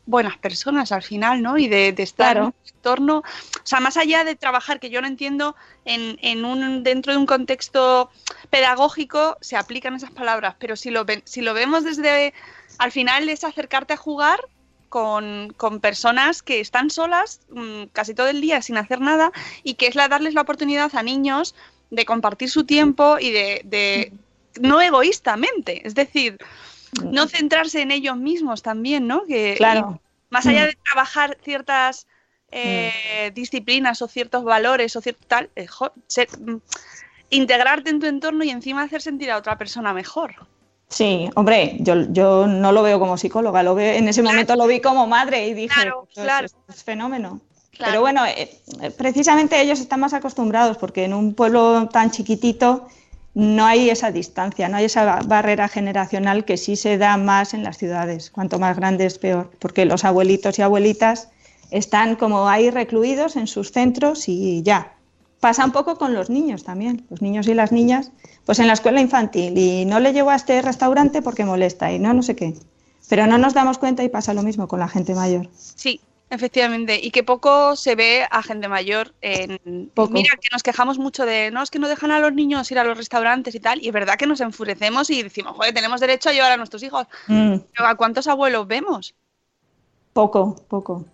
buenas personas al final, ¿no? Y de, de estar Claro. en un entorno, o sea, más allá de trabajar, que yo lo entiendo, en, en un, dentro de un contexto pedagógico se aplican esas palabras, pero si lo, ven- si lo vemos desde, al final es acercarte a jugar con, con personas que están solas mmm, casi todo el día sin hacer nada y que es la darles la oportunidad a niños de compartir su tiempo y de, de no egoístamente, es decir, no centrarse en ellos mismos también, ¿no? Que, Claro. y más allá Mm. de trabajar ciertas eh, disciplinas o ciertos valores o cierto tal, eh, jo, ser- mm, integrarte en tu entorno y encima hacer sentir a otra persona mejor. Sí, hombre, yo, yo no lo veo como psicóloga, lo veo, en ese momento lo vi como madre y dije, Claro, pues, claro. es, es fenómeno. Claro. Pero bueno, eh, eh, precisamente ellos están más acostumbrados porque en un pueblo tan chiquitito no hay esa distancia, no hay esa ba- barrera generacional que sí se da más en las ciudades. Cuanto más grande es peor, porque los abuelitos y abuelitas están como ahí recluidos en sus centros y ya. Pasa un poco con los niños también, los niños y las niñas, pues en la escuela infantil y no le llevo a este restaurante porque molesta y no, no sé qué. Pero no nos damos cuenta y pasa lo mismo con la gente mayor. Sí, efectivamente, y que poco se ve a gente mayor. En... Poco. Mira, que nos quejamos mucho de, no, es que no dejan a los niños ir a los restaurantes y tal, y es verdad que nos enfurecemos y decimos, joder, tenemos derecho a llevar a nuestros hijos. Mm, Pero ¿a cuántos abuelos vemos? poco, poco.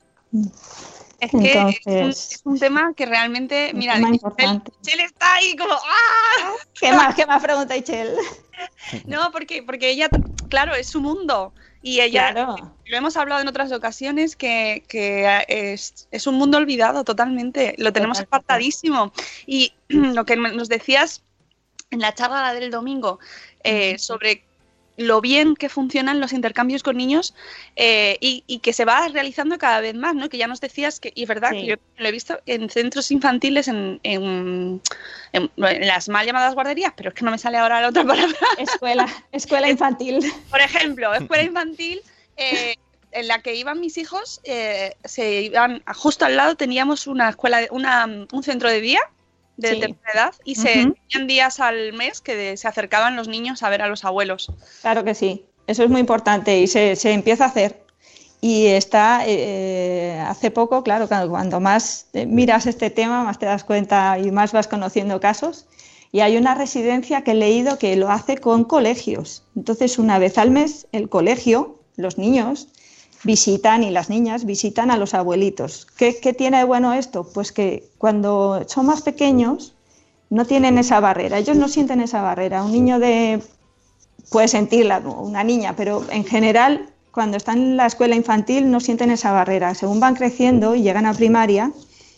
Es que Entonces, es, un, es un tema que realmente, un mira, tema Michelle, importante. Michelle está ahí como, ¡ah! ¿Qué más, qué más pregunta, Ichel? No, porque, porque ella, claro, es su mundo. Y ella, Claro. lo hemos hablado en otras ocasiones, que, que es, es un mundo olvidado totalmente. Lo tenemos Totalmente. apartadísimo. Y lo que nos decías en la charla del domingo eh, sobre lo bien que funcionan los intercambios con niños eh, y, y que se va realizando cada vez más, ¿no? Que ya nos decías que, y es verdad Sí. que yo lo he visto en centros infantiles, en, en, en- en las mal llamadas guarderías, pero es que no me sale ahora la otra palabra. Escuela, escuela infantil. Por ejemplo, escuela infantil eh, en la que iban mis hijos, eh, se iban justo al lado teníamos una escuela, de- una, un centro de día de Sí. tercera edad y se Ujú. tenían días al mes que de- se acercaban los niños a ver a los abuelos. Claro que sí, eso es muy importante y se, se empieza a hacer. Y está, eh, hace poco, claro, cuando, cuando más eh, miras este tema, más te das cuenta y más vas conociendo casos. Y hay una residencia que he leído que lo hace con colegios. Entonces, una vez al mes, el colegio, los niños, visitan y las niñas visitan a los abuelitos. ¿Qué, qué tiene de bueno esto? Pues que cuando son más pequeños no tienen esa barrera, ellos no sienten esa barrera. Un niño de puede sentirla, una niña, pero en general cuando están en la escuela infantil no sienten esa barrera. Según van creciendo y llegan a primaria,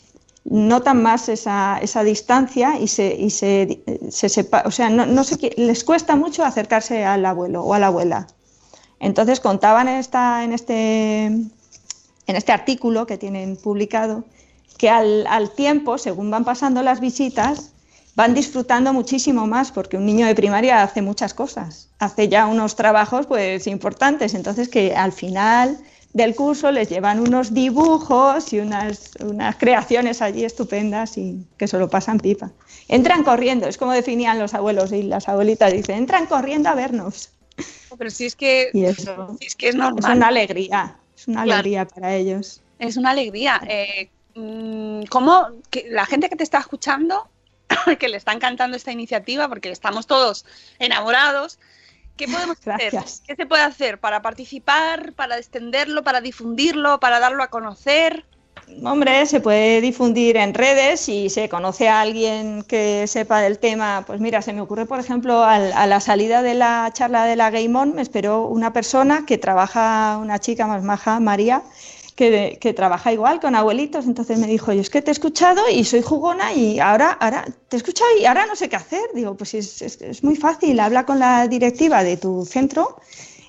notan más esa, esa distancia y se, y se, se sepa, o sea, no, no sé qué, les cuesta mucho acercarse al abuelo o a la abuela. Entonces contaban en, esta, en, este, en este artículo que tienen publicado que al, al tiempo, según van pasando las visitas, van disfrutando muchísimo más porque un niño de primaria hace muchas cosas, hace ya unos trabajos pues importantes, entonces que al final del curso les llevan unos dibujos y unas, unas creaciones allí estupendas y que se lo pasan pipa. Entran corriendo, es como definían los abuelos y las abuelitas, dicen, entran corriendo a vernos. Pero si es que, Y eso si es, que es es normal. una alegría, es una Claro. alegría para ellos. Es una alegría. Eh, mm, ¿Cómo que la gente que te está escuchando, que le está encantando esta iniciativa, porque estamos todos enamorados, ¿qué podemos hacer? Gracias. ¿Qué se puede hacer para participar, para extenderlo, para difundirlo, para darlo a conocer? Hombre, se puede difundir en redes si se conoce a alguien que sepa del tema. Pues mira, se me ocurre, por ejemplo, al, a la salida de la charla de la Game On, me esperó una persona que trabaja, una chica más maja, María, que, que trabaja igual con abuelitos. Entonces me dijo, yo es que te he escuchado y soy jugona y ahora, ahora te he escuchado y ahora no sé qué hacer. Digo, pues es, es, es muy fácil, habla con la directiva de tu centro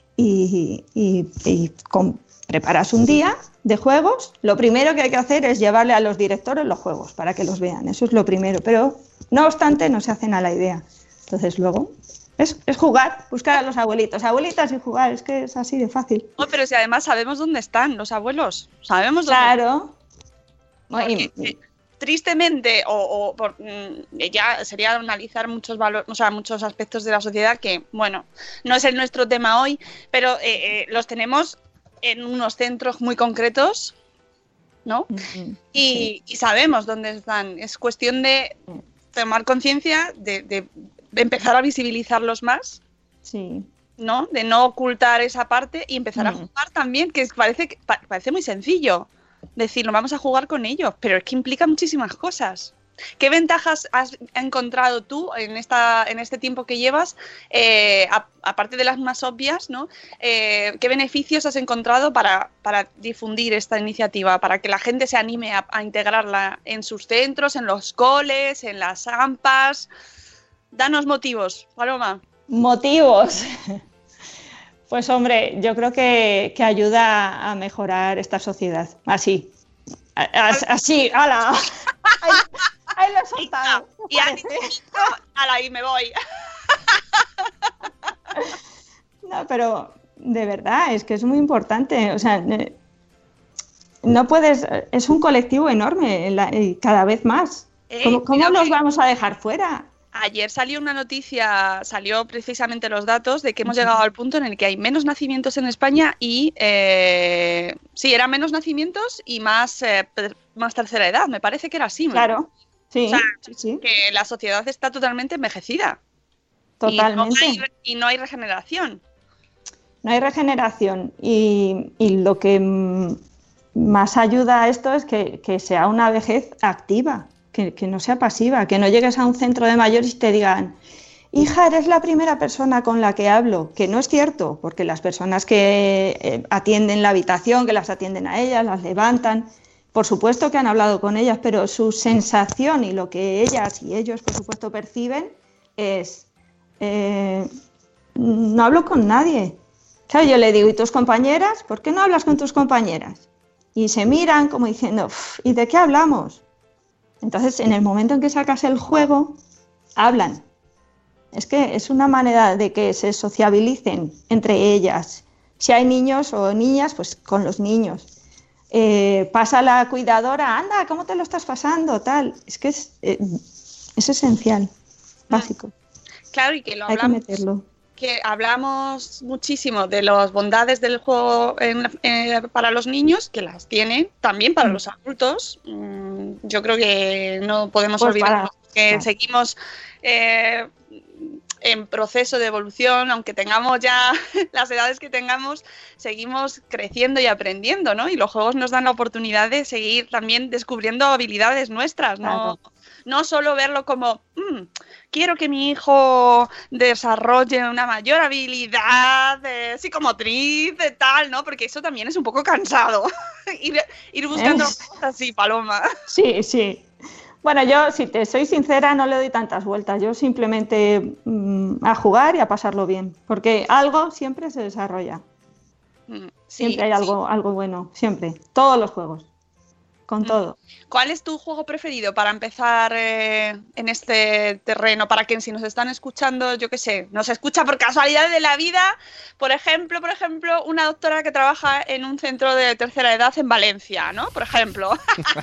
y, y, y con, preparas un día de juegos. Lo primero que hay que hacer es llevarle a los directores los juegos para que los vean, eso es lo primero, pero no obstante no se hacen a la idea. Entonces luego es, es jugar, buscar a los abuelitos, abuelitas y jugar, es que es así de fácil. Oh, pero si además sabemos dónde están los abuelos, sabemos dónde Claro. Porque, Muy- eh, tristemente, o, o por, mm, ya sería analizar muchos valores, o sea, muchos aspectos de la sociedad que, bueno, no es el nuestro tema hoy, pero eh, eh, los tenemos en unos centros muy concretos, ¿no? Mm, Y, y sabemos dónde están. Es cuestión de tomar conciencia, de, de, de empezar a visibilizarlos más, Sí. ¿no? De no ocultar esa parte y empezar a Mm. jugar también, que es- parece, que- pa- parece muy sencillo decirlo, vamos a jugar con ellos, pero es que implica muchísimas cosas. ¿Qué ventajas has encontrado tú en esta en este tiempo que llevas, eh, a- aparte de las más obvias, ¿no? Eh, ¿qué beneficios has encontrado para, para difundir esta iniciativa, para que la gente se anime a, a integrarla en sus centros, en los coles, en las AMPAs? Danos motivos, Paloma. Motivos. Pues hombre, yo creo que, que ayuda a mejorar esta sociedad. Así. A- as- Así, ala. Ahí, ahí lo he soltado. Y han dicho, ala, ahí me voy. No, pero de verdad, es que es muy importante. O sea, eh, no puedes. Es un colectivo enorme, la- y cada vez más. Eh, ¿Cómo, cómo cuidado los que- vamos a dejar fuera? Ayer salió una noticia, salió precisamente los datos de que hemos llegado al punto en el que hay menos nacimientos en España y, eh, sí, eran menos nacimientos y más, eh, per- más tercera edad, me parece que era así. ¿no? Claro. Sí, O sea, sí, sí. Que la sociedad está totalmente envejecida. Totalmente. Y no hay, re- y no hay regeneración. No hay regeneración y, y lo que mm, más ayuda a esto es que, que sea una vejez activa, que, que no sea pasiva, que no llegues a un centro de mayores y te digan, hija, eres la primera persona con la que hablo, que no es cierto, porque las personas que eh, atienden la habitación, que las atienden a ellas, las levantan, por supuesto que han hablado con ellas, pero su sensación y lo que ellas y ellos, por supuesto, perciben es, eh, no hablo con nadie. Claro, yo le digo, ¿y tus compañeras? ¿Por qué no hablas con tus compañeras? Y se miran como diciendo, "Uf, ¿y de qué hablamos?". Entonces, en el momento en que sacas el juego, hablan. Es que es una manera de que se sociabilicen entre ellas. Si hay niños o niñas, pues con los niños. Eh, pasa la cuidadora, anda, ¿cómo te lo estás pasando? Tal. Es que es, eh, es esencial, básico. Claro, y que lo Hay que hablamos. meterlo. Que hablamos muchísimo de las bondades del juego en- eh, para los niños, que las tienen también para los adultos. Mm, yo creo que no podemos Pues olvidar para- que claro. seguimos eh, en proceso de evolución, aunque tengamos ya las edades que tengamos, seguimos creciendo y aprendiendo, ¿no? Y los juegos nos dan la oportunidad de seguir también descubriendo habilidades nuestras, ¿no? Claro. No solo verlo como, "Mm, quiero que mi hijo desarrolle una mayor habilidad de psicomotriz, de tal, ¿no? Porque eso también es un poco cansado. ir, ir buscando Es- cosas así, Paloma. Sí, sí. Bueno, yo, si te soy sincera, no le doy tantas vueltas. Yo simplemente mm, a jugar y a pasarlo bien. Porque algo siempre se desarrolla. Mm, sí, Siempre hay sí. algo, algo bueno. Siempre. Todos los juegos. Con todo. ¿Cuál es tu juego preferido para empezar eh, en este terreno? Para que si nos están escuchando, yo qué sé, nos escucha por casualidad de la vida, por ejemplo, por ejemplo, una doctora que trabaja en un centro de tercera edad en Valencia, ¿no? Por ejemplo.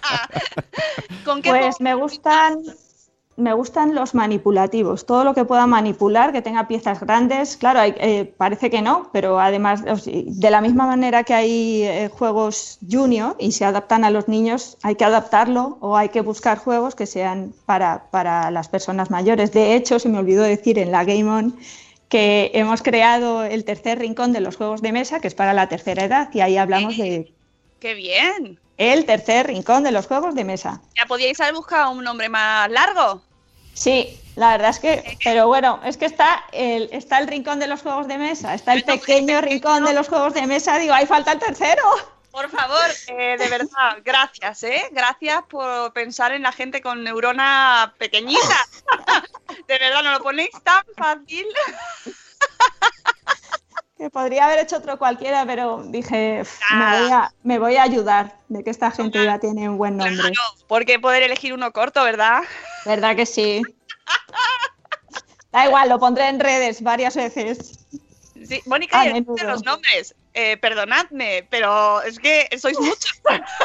¿Con qué Pues juego? me gustan, me gustan los manipulativos, todo lo que pueda manipular, que tenga piezas grandes. Claro, hay- eh, parece que no, pero además, o sea, de la misma manera que hay eh, juegos junior y se adaptan a los niños, hay que adaptarlo o hay que buscar juegos que sean para, para las personas mayores. De hecho, se me olvidó decir en la Game On que hemos creado el tercer rincón de los juegos de mesa, que es para la tercera edad, y ahí hablamos de ¡Qué bien! el tercer rincón de los juegos de mesa. ¿Ya podíais haber buscado un nombre más largo? Sí, la verdad es que, pero bueno, es que está el, está el rincón de los juegos de mesa, está el pequeño rincón de los juegos de mesa, digo, ahí falta el tercero. Por favor, eh, de verdad, gracias, ¿eh? Gracias por pensar en la gente con neurona pequeñita. De verdad, no lo ponéis tan fácil. Que podría haber hecho otro cualquiera, pero dije, "Uf, me Nada. voy, a, me voy a ayudar de que esta gente ya tiene un buen nombre. Claro, porque poder elegir uno corto, ¿verdad? ¿Verdad que sí? Da igual, lo pondré en redes varias veces. Sí, Mónica, A y el menudo. de los nombres. Eh, perdonadme, pero es que sois muchos.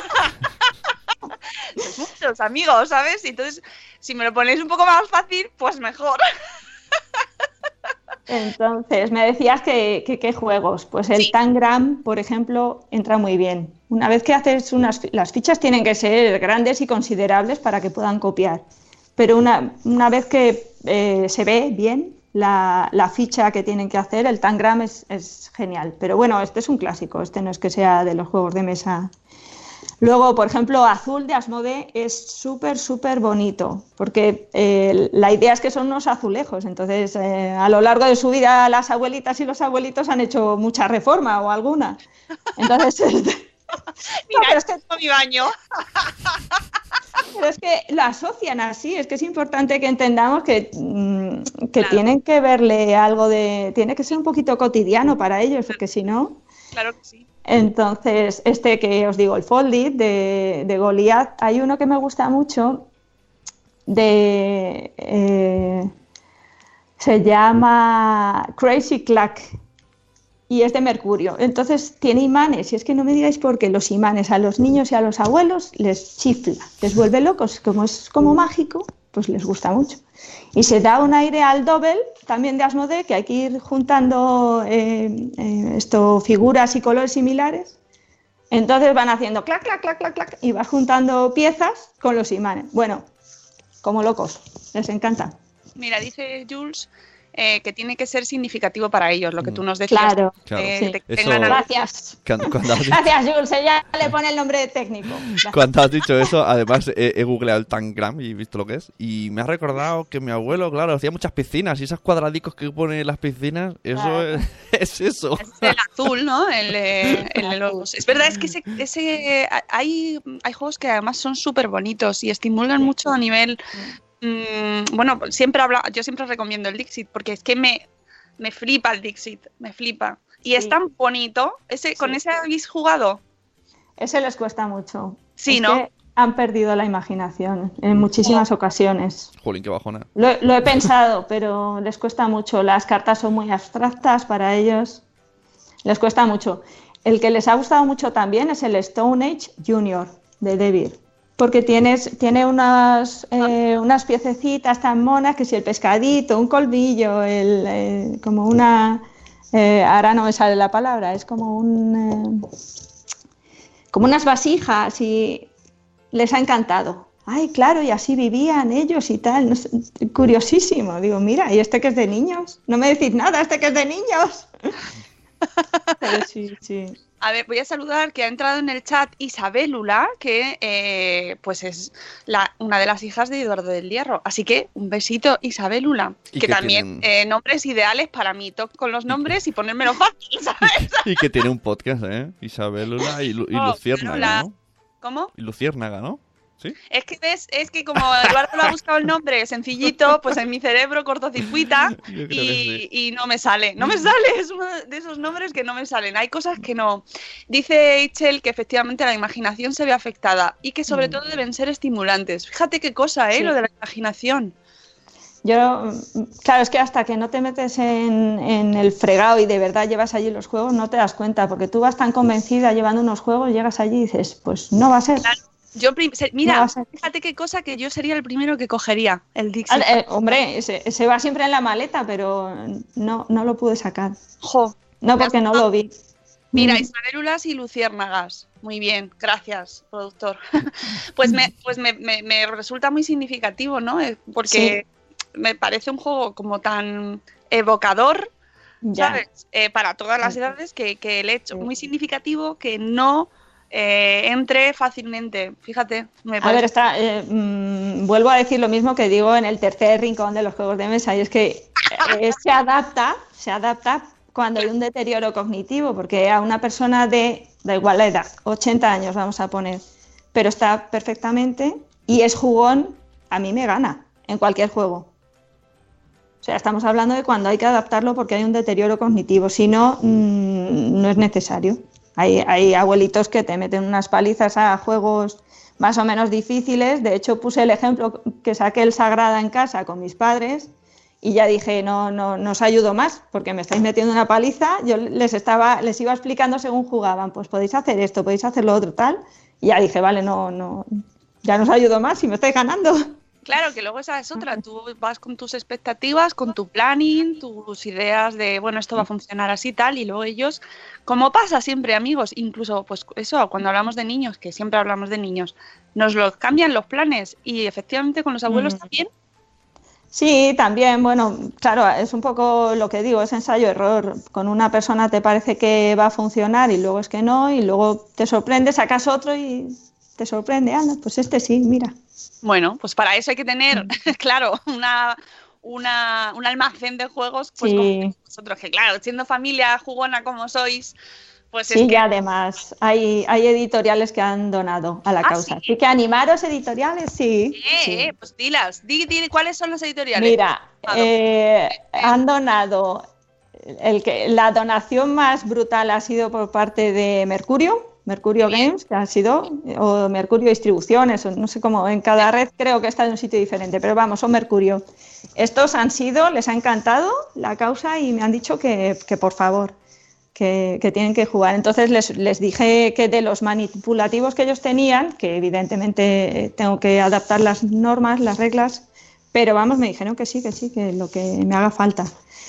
Sois muchos amigos, ¿sabes? Y entonces, si me lo ponéis un poco más fácil, pues mejor. Entonces, me decías que, que qué juegos. Pues el Sí. Tangram, por ejemplo, entra muy bien. Una vez que haces unas... fi- Las fichas tienen que ser grandes y considerables para que puedan copiar. Pero una, una vez que eh, se ve bien la, la ficha que tienen que hacer, el Tangram es, es genial. Pero bueno, este es un clásico. Este no es que sea de los juegos de mesa. Luego, por ejemplo, Azul de Asmodee es súper, súper bonito, porque eh, la idea es que son unos azulejos. Entonces, eh, a lo largo de su vida, las abuelitas y los abuelitos han hecho mucha reforma o alguna. Entonces, este- Mira, pero es que- esto es mi baño. pero es que lo asocian así. Es que es importante que entendamos que, mm, que Claro. tienen que verle algo de... Tiene que ser un poquito cotidiano para ellos, porque si no... Claro que sí. Entonces, este que os digo, el Foldit de, de Goliath, hay uno que me gusta mucho de... eh, se llama Crazy Clack y es de mercurio. Entonces tiene imanes y es que no me digáis por qué los imanes a los niños y a los abuelos les chifla, les vuelve locos. Como es como mágico, pues les gusta mucho. Y se da un aire al Double, también de Asmodee, que hay que ir juntando eh, eh, esto, figuras y colores similares. Entonces van haciendo clac, clac, clac, clac, clac, y vas juntando piezas con los imanes. Bueno, como locos, les encanta. Mira, dice Jules eh, que tiene que ser significativo para ellos, lo que tú nos decías. Claro, Claro. eh, sí. de que Eso- tengan algo- Gracias. Cuando, cuando has dicho, Gracias, Jules. Ella le pone el nombre de técnico. cuando has dicho eso, además he, he googleado el Tangram y he visto lo que es. Y me ha recordado que mi abuelo, claro, hacía muchas piscinas. Y esos cuadradicos que pone en las piscinas, eso Claro. es, es eso. Es el azul, ¿no? El, eh, el de los- Es verdad, es que ese, ese hay, hay juegos que además son súper bonitos y estimulan mucho a nivel. mm, bueno, siempre habla, yo siempre recomiendo el Dixit porque es que me, me flipa el Dixit, me flipa. Y es Sí. tan bonito. Ese, ¿Con Sí. ese habéis jugado? Ese les cuesta mucho. Sí, Es ¿no? que han perdido la imaginación en muchísimas ocasiones. Jolín, qué bajona. Lo, he- lo he pensado, pero les cuesta mucho. Las cartas son muy abstractas para ellos. Les cuesta mucho. El que les ha gustado mucho también es el Stone Age Junior de Devir. Porque tienes, tiene unas, eh, unas piececitas tan monas que si el pescadito, un colmillo, el, eh, como una... eh, ahora no me sale la palabra, es como un... eh, como unas vasijas y les ha encantado. Ay, claro, y así vivían ellos y tal. No sé, curiosísimo. Digo, mira, ¿y este que es de niños? No me decís nada, este que es de niños. Pero sí, sí. A ver, voy a saludar que ha entrado en el chat Isabelula, que eh, pues es la, una de las hijas de Eduardo del Hierro. Así que un besito, Isabelula. Y Que que también tienen- eh, nombres ideales para mí. Toco con los nombres y ponérmelo fácil, ¿sabes? Y que tiene un podcast, ¿eh? Isabelula y, Lu- y Oh, Luciérnaga, Lula. ¿no? ¿Cómo? Y Luciérnaga, ¿no? ¿Sí? Es que ves, es que como Eduardo lo ha buscado el nombre sencillito, pues en mi cerebro cortocircuita Yo creo que y, sí. y no me sale, no me sale, es uno de esos nombres que no me salen, hay cosas que no. Dice Eichel que efectivamente la imaginación se ve afectada y que sobre Mm. todo deben ser estimulantes. Fíjate qué cosa, ¿eh? Sí. Lo de la imaginación. Yo, mm, claro, es que hasta que no te metes en, en el fregado y de verdad llevas allí los juegos, no te das cuenta, porque tú vas tan convencida llevando unos juegos, llegas allí y dices, pues no va a ser. Claro. Yo prim- se- No mira, va a ser. fíjate qué cosa que yo sería el primero que cogería, el Dixit. Ah, eh, hombre, ese, ese va siempre en la maleta, pero no, no lo pude sacar. Jo. No, porque no lo vi. Mira, Mm. Isabelulas y Luciérnagas. Muy bien, gracias, productor. Pues me, pues me, me- me resulta muy significativo, ¿no? Eh, Porque me parece un juego como tan evocador, Ya. ¿sabes? Eh, para todas las Mm. edades, que, que el hecho Sí. muy significativo que no eh, entre fácilmente. Fíjate, me A parece. ver, está, eh, mm, vuelvo a decir lo mismo que digo en el tercer rincón de los juegos de mesa, y es que eh, se adapta, se adapta cuando hay un deterioro cognitivo, porque a una persona de, da igual la edad, ochenta años vamos a poner, pero está perfectamente y es jugón, a mí me gana en cualquier juego. O sea, estamos hablando de cuando hay que adaptarlo porque hay un deterioro cognitivo, si no, mm, no es necesario. Hay, hay abuelitos que te meten unas palizas a juegos más o menos difíciles. De hecho, puse el ejemplo que saqué el Sagrada en casa con mis padres y ya dije, no, no, no os ayudo más porque me estáis metiendo una paliza. Yo les, estaba, les iba explicando según jugaban, pues podéis hacer esto, podéis hacer lo otro, tal. Y ya dije, vale, no, no, ya no os ayudo más si me estáis ganando. Claro, que luego esa es otra. Tú vas con tus expectativas, con tu planning, tus ideas de, bueno, esto va a funcionar así y tal, y luego ellos, como pasa siempre, amigos, incluso, pues eso, cuando hablamos de niños, que siempre hablamos de niños, nos los cambian los planes y efectivamente con los abuelos Mm. también. Sí, también, bueno, claro, es un poco lo que digo, es ensayo-error. Con una persona te parece que va a funcionar y luego es que no, y luego te sorprende, sacas otro y te sorprende, anda, pues este sí, mira. Bueno, pues para eso hay que tener, claro, una, una, un almacén de juegos, pues Sí. como vosotros, que claro, siendo familia jugona como sois, pues Sí, es que... y además hay, hay editoriales que han donado a la ¿Ah, causa. sí? Así que animaros, editoriales, sí. Eh, sí. eh, pues dilas, di, di cuáles son las editoriales. Mira, eh, han donado, el que, la donación más brutal ha sido por parte de Mercurio, Mercurio Bien. Games, que ha sido, o Mercurio Distribuciones, o no sé cómo, en cada red creo que está en un sitio diferente, pero vamos, son Mercurio. Estos han sido, les ha encantado la causa y me han dicho que, que por favor, que, que tienen que jugar. Entonces les, les dije que de los manipulativos que ellos tenían, que evidentemente eh, tengo que adaptar las normas, las reglas, pero vamos, me dijeron que sí, que sí, que lo que me haga falta.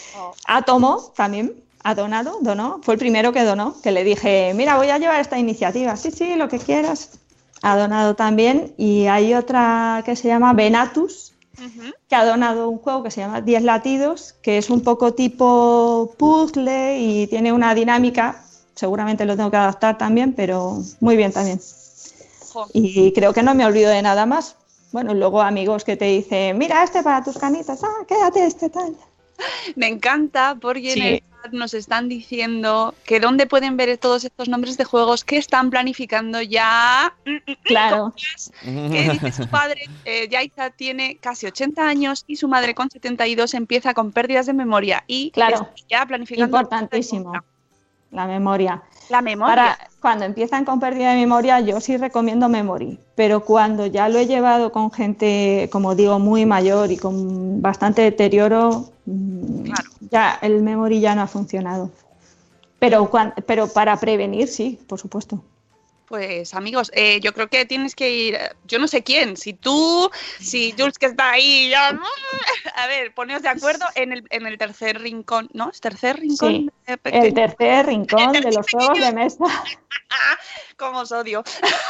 Atomo también ha donado, donó, fue el primero que donó, que le dije, mira, voy a llevar esta iniciativa, sí, sí, lo que quieras. Ha donado también, y hay otra que se llama Venatus, Ujú. que ha donado un juego que se llama diez latidos, que es un poco tipo puzzle y tiene una dinámica, seguramente lo tengo que adaptar también, pero muy bien también. Jo. Y creo que no me olvido de nada más. Bueno, y luego amigos que te dicen, mira este para tus canitas, ah, quédate este tal. Me encanta porque en Sí. el chat nos están diciendo que dónde pueden ver todos estos nombres de juegos que están planificando ya. Mm, mm, mm, Claro. que dice su padre, eh, Yaiza tiene casi ochenta años y su madre con setenta y dos empieza con pérdidas de memoria y Claro. está ya planificando Importantísimo, la memoria. la memoria. Para, cuando empiezan con pérdida de memoria, yo sí recomiendo Memory, pero cuando ya lo he llevado con gente, como digo, muy mayor y con bastante deterioro, mm, Claro. ya el Memory ya no ha funcionado. Pero, cuan- pero para prevenir, sí, por supuesto. Pues amigos, eh, yo creo que tienes que ir, eh, yo no sé quién, si tú, si Jules que está ahí, ya, a ver, poneos de acuerdo en el, en el tercer rincón, ¿no? ¿Es tercer rincón? Sí, Eh, pequeño. el tercer rincón El de los tercer juegos de pequeño. mesa. Como os odio.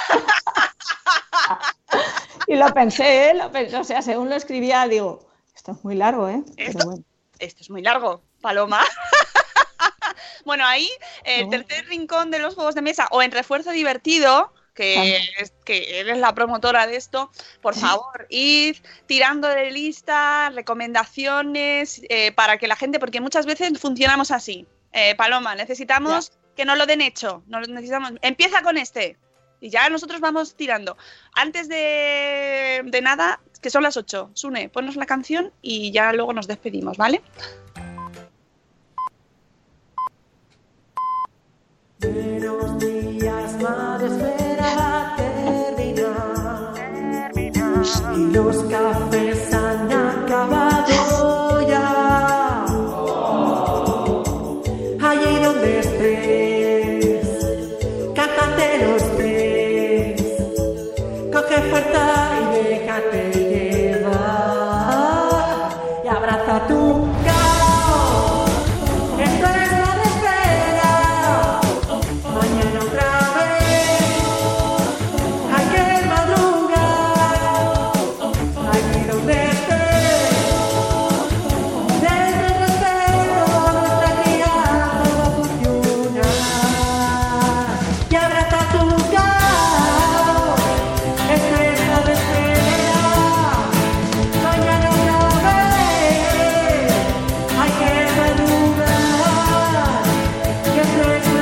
Y lo pensé, ¿eh? Lo pensé, o sea, según lo escribía, digo, esto es muy largo, ¿eh? Pero ¿Esto? bueno. Esto es muy largo, Paloma. Bueno, ahí, el No. tercer rincón de los juegos de mesa, o en refuerzo divertido, que, Ajá. es, que eres la promotora de esto, por favor, id tirando de listas, recomendaciones, eh, para que la gente, porque muchas veces funcionamos así. Eh, Paloma, necesitamos que nos lo den hecho, nos lo necesitamos, empieza con este, y ya nosotros vamos tirando. Antes de, de nada, que son las ocho, Sune, ponnos la canción y ya luego nos despedimos, ¿vale? Buenos días, madre, espera va a terminar. Y los cafés han acabado ya. Allí donde estés, cántate los tres. Coge fuerza y déjate llevar. Y abraza tu caos. Esto es la espera. Mañana otra vez hay que madrugar, allí donde estés, desde el respeto nuestra guía todo funciona. Y abraza tu caos, esto es la espera. Mañana otra vez hay que madrugar. Y esto es la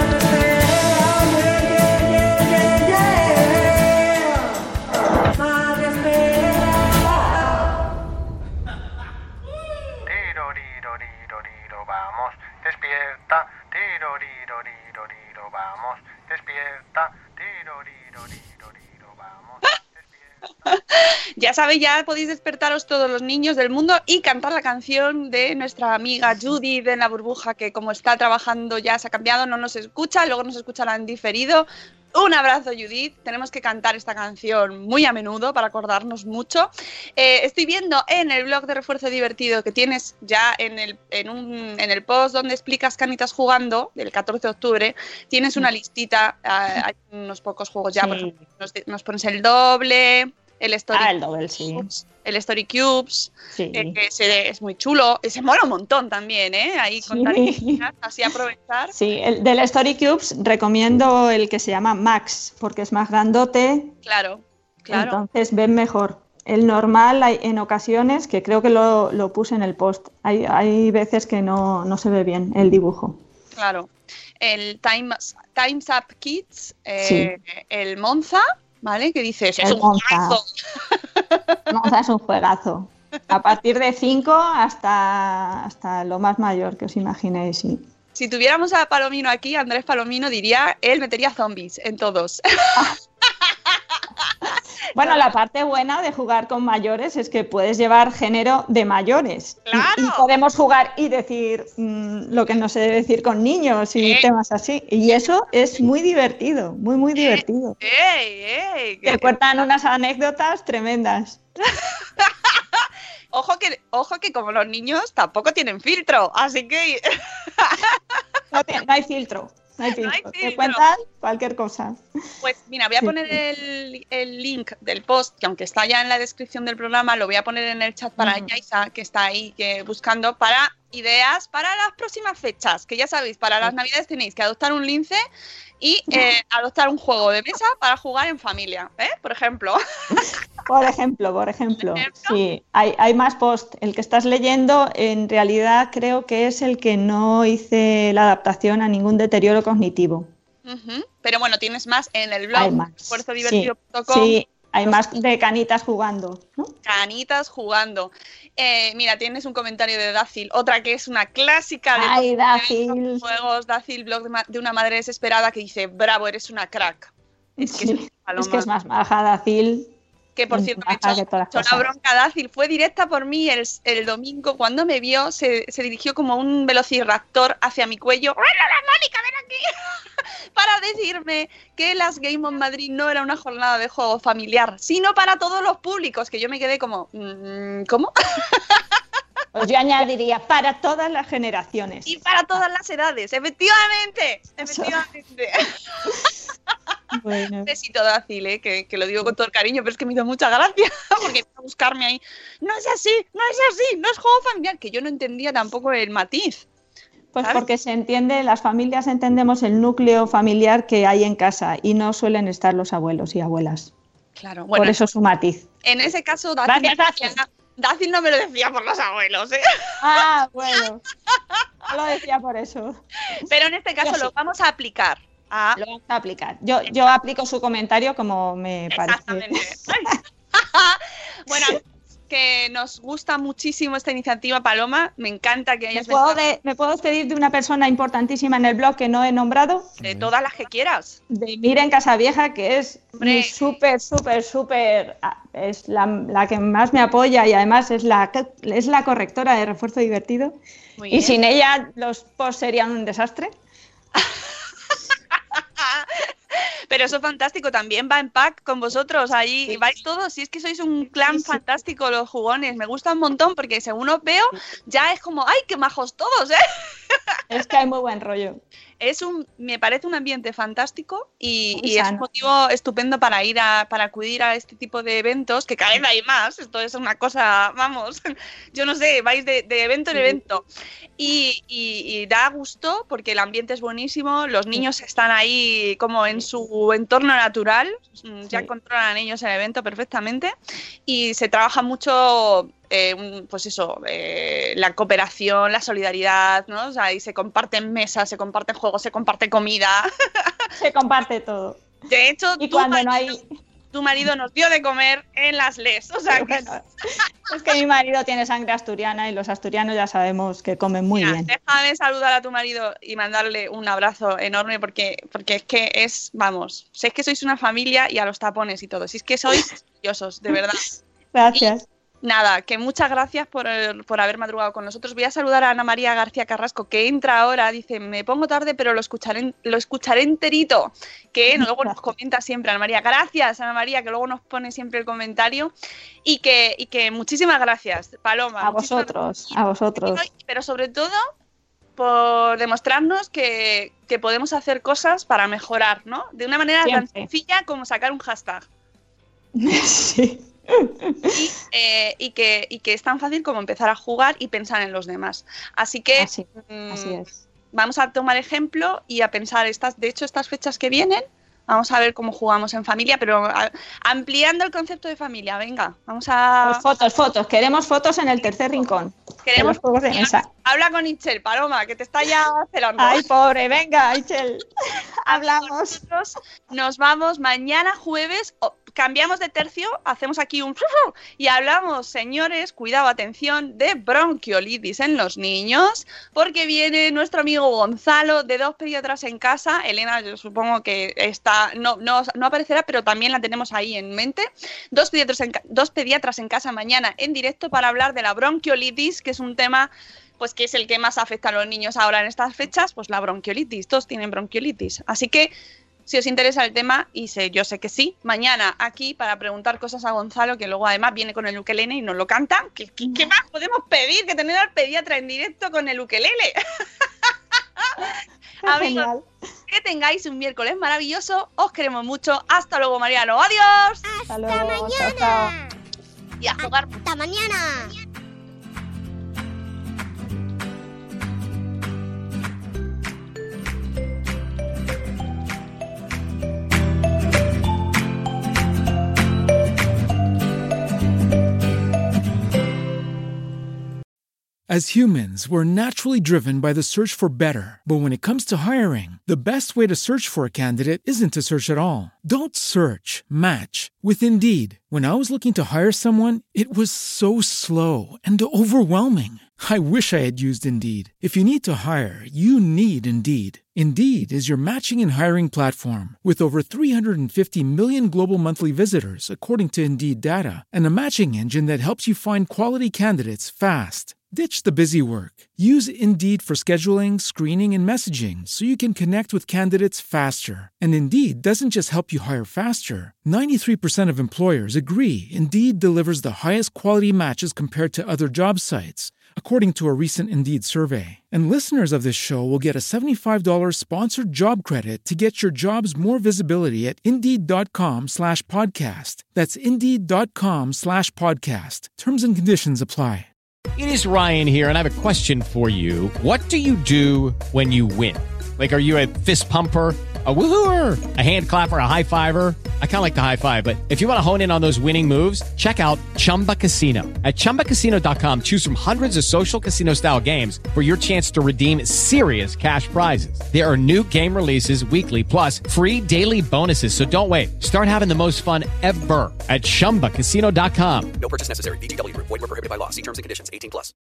madre espera. Tiro, riro, riro, riro, vamos, despierta. Tiro, riro, riro, riro, vamos, despierta. Tiro, riro, riro, riro, vamos, despierta. Ya sabéis, ya podéis despertaros todos los niños del mundo y cantar la canción de nuestra amiga Judy de La Burbuja, que como está trabajando ya se ha cambiado, no nos escucha, luego nos escuchará en diferido, Un abrazo, Judith. Tenemos que cantar esta canción muy a menudo para acordarnos mucho. Eh, estoy viendo en el blog de Refuerzo Divertido que tienes ya en el, en, un, en el post donde explicas Canitas Jugando, del catorce de octubre, tienes una listita, eh, hay unos pocos juegos ya, Sí. por ejemplo, nos, nos pones el doble, el Story, Ah, el doble, sí. Cubes, el Story Cubes, Sí. eh, que ese es muy chulo, ese mola un montón también, ¿eh? Ahí con Sí. tarjetitas, así aprovechar. Sí, el del Story Cubes recomiendo el que se llama Max, porque es más grandote, Claro, claro. entonces ven mejor. El normal hay en ocasiones, que creo que lo, lo puse en el post, hay, hay veces que no, no se ve bien el dibujo. Claro. El Times, Times Up Kids, eh, el Monza, ¿vale? Que dices, es El un Monza. juegazo. Monza es un juegazo. A partir de cinco hasta, hasta lo más mayor que os imaginéis, sí. Si tuviéramos a Palomino aquí, Andrés Palomino diría, él metería zombies en todos. Bueno, la parte buena de jugar con mayores es que puedes llevar género de mayores. Y- ¡Claro! Y, podemos jugar y decir mm, lo que no se debe decir con niños y Eh. temas así. Y eso es muy divertido, muy, muy divertido. ¡Ey, ey! Te que- cuentan unas anécdotas tremendas. Ojo que, ojo que como los niños tampoco tienen filtro, así que No, te- no hay filtro. No hay filtro. filtro. Te cuentan cualquier cosa. pues mira, voy a Sí, poner sí. el, el link del post, que aunque está ya en la descripción del programa, lo voy a poner en el chat para Ujú. Yaisa, que está ahí que, buscando para ideas para las próximas fechas, que ya sabéis, para las navidades tenéis que adoptar un lince y eh, adoptar un juego de mesa para jugar en familia, ¿eh? Por ejemplo. Por ejemplo, por ejemplo. ejemplo? Sí, hay, hay más post. El que estás leyendo, en realidad creo que es el que no hice la adaptación a ningún deterioro cognitivo. Ujú. Pero bueno, tienes más en el Hay blog, más. esfuerzo Sí, divertido punto com. sí, hay más de canitas jugando, ¿no? Canitas jugando. Eh, mira, tienes un comentario de Dácil, otra que es una clásica de Ay, todos los Dácil. juegos, Dácil, blog de, ma- de una madre desesperada que dice, bravo, eres una crack. Es que, Sí, es, una paloma. es que es más maja, Dacil. Que, por es cierto, más me maja echó, que todas las echó la cosas. bronca Dácil, fue directa por mí el, el domingo, cuando me vio, se, se dirigió como un velociraptor hacia mi cuello. ¡Hola, Mónica, ven aquí! Para decirme que las Game on Madrid no era una jornada de juego familiar, sino para todos los públicos, que yo me quedé como, mm, ¿cómo? Pues yo añadiría para todas las generaciones. Y para todas las edades, efectivamente, efectivamente. Bueno. Un besito Dácil, ¿eh? que, que lo digo con todo el cariño, pero es que me hizo mucha gracia, porque vino a buscarme ahí. No es así, no es así, no es juego familiar, que yo no entendía tampoco el matiz. Pues ¿sabes? porque se entiende, las familias entendemos el núcleo familiar que hay en casa y no suelen estar los abuelos y abuelas. Claro, bueno, Por eso su matiz. en ese caso Dácil, Gracias, Dácil. Dácil no me lo decía por los abuelos, ¿eh? Ah, bueno. No lo decía por eso. Pero en este caso Yo sí. lo vamos a aplicar. A... Lo vamos a aplicar. Yo, yo aplico su comentario como me parece. Exactamente. Bueno, que nos gusta muchísimo esta iniciativa, Paloma. Me encanta que ¿Me hayas puedo, venido de- ¿Me puedo despedir de una persona importantísima en el blog que no he nombrado? de todas las que quieras. De Miren Casavieja, que es Hombre. mi súper, súper, súper... ah, es la, la que más me apoya y además es la, que- es la correctora de Refuerzo Divertido. Muy Y bien. sin ella los posts serían un desastre. Pero eso es fantástico, también va en pack con vosotros, ahí Sí. vais todos, si es que sois un clan Sí, sí. fantástico los jugones, me gusta un montón porque según os veo ya es como, ¡ay, qué majos todos! ¿eh? Es que hay muy buen rollo. Es un, me parece un ambiente fantástico y, Muy y es un sano. motivo estupendo para ir a, para acudir a este tipo de eventos, que cada vez hay más, esto es una cosa, vamos, yo no sé, vais de, de evento en Sí. evento y, y- y da gusto porque el ambiente es buenísimo, los niños están ahí como en su entorno natural, mm, ya Sí. controlan ellos el evento perfectamente y se trabaja mucho eh, un- pues eso, eh, la cooperación, la solidaridad, ¿no? O sea, y se comparten mesas, se comparten juegos, se comparte comida. Se comparte todo. De hecho, Y tu, cuando no marido, hay... tu marido nos dio de comer en las les. O sea, que Bueno, es que mi marido tiene sangre asturiana y los asturianos ya sabemos que comen muy mira, bien. déjame saludar a tu marido y mandarle un abrazo enorme porque, porque es que es, vamos, sé que sois una familia y a los tapones y todo. Si es que sois preciosos, de verdad. Gracias. nada, que muchas gracias por, por haber madrugado con nosotros. Voy a saludar a Ana María García Carrasco, que entra ahora, dice, me pongo tarde, pero lo escucharé, lo escucharé enterito, que luego nos comenta siempre, Ana María. Gracias, Ana María, que luego nos pone siempre el comentario. Y que, y que muchísimas gracias, Paloma. A vosotros, gracias. a vosotros. Pero sobre todo, por demostrarnos que, que podemos hacer cosas para mejorar, ¿no? De una manera Siempre. tan sencilla como sacar un hashtag. Sí. Y, eh, y, que, y que es tan fácil como empezar a jugar y pensar en los demás. Así que Así, mmm, así es. vamos a tomar ejemplo y a pensar, estas, de hecho, estas fechas que vienen, vamos a ver cómo jugamos en familia, pero a, ampliando el concepto de familia, venga, vamos a... Pues fotos, fotos, queremos fotos en el tercer rincón. Queremos de los juegos de mesa. Habla con Itchel, Paloma, que te está ya celando. Ay, pobre, venga, Itchel. Hablamos. Nosotros nos vamos mañana jueves, oh, cambiamos de tercio, hacemos aquí un... y hablamos, señores, cuidado, atención, de bronquiolitis en los niños, porque viene nuestro amigo Gonzalo, de Dos Pediatras en Casa. Elena, yo supongo que está no, no, no aparecerá, pero también la tenemos ahí en mente. Dos pediatras, en, dos pediatras en casa mañana en directo para hablar de la bronquiolitis, que es un tema... pues que es el que más afecta a los niños ahora en estas fechas, pues la bronquiolitis, todos tienen bronquiolitis. Así que, si os interesa el tema, y sé, yo sé que sí, mañana aquí para preguntar cosas a Gonzalo, que luego además viene con el ukelele y nos lo canta. ¿Qué, qué, qué más podemos pedir que tener al pediatra en directo con el ukelele? Amigos, que tengáis un miércoles maravilloso, os queremos mucho. Hasta luego, Mariano. ¡Adiós! Hasta Hasta luego, mañana. chao, chao. Y a jugar. Hasta mañana. As humans, we're naturally driven by the search for better. But when it comes to hiring, the best way to search for a candidate isn't to search at all. Don't search, match with Indeed. When I was looking to hire someone, it was so slow and overwhelming. I wish I had used Indeed. If you need to hire, you need Indeed. Indeed is your matching and hiring platform with over three hundred fifty million global monthly visitors, according to Indeed data, and a matching engine that helps you find quality candidates fast. Ditch the busy work. Use Indeed for scheduling, screening, and messaging so you can connect with candidates faster. And Indeed doesn't just help you hire faster. ninety-three percent of employers agree Indeed delivers the highest quality matches compared to other job sites, according to a recent Indeed survey. And listeners of this show will get a seventy-five dollars sponsored job credit to get your jobs more visibility at Indeed.com slash podcast. That's Indeed.com slash podcast. Terms and conditions apply. It is Ryan here, and I have a question for you. What do you do when you win? Like, are you a fist pumper, a woohooer, a hand clapper, a high fiver? I kind of like the high five, but if you want to hone in on those winning moves, check out Chumba Casino. At Chumba Casino dot com, choose from hundreds of social casino-style games for your chance to redeem serious cash prizes. There are new game releases weekly, plus free daily bonuses. So don't wait. Start having the most fun ever at Chumba Casino dot com. No purchase necessary. V G W Group. Void where prohibited by law. See terms and conditions. eighteen plus.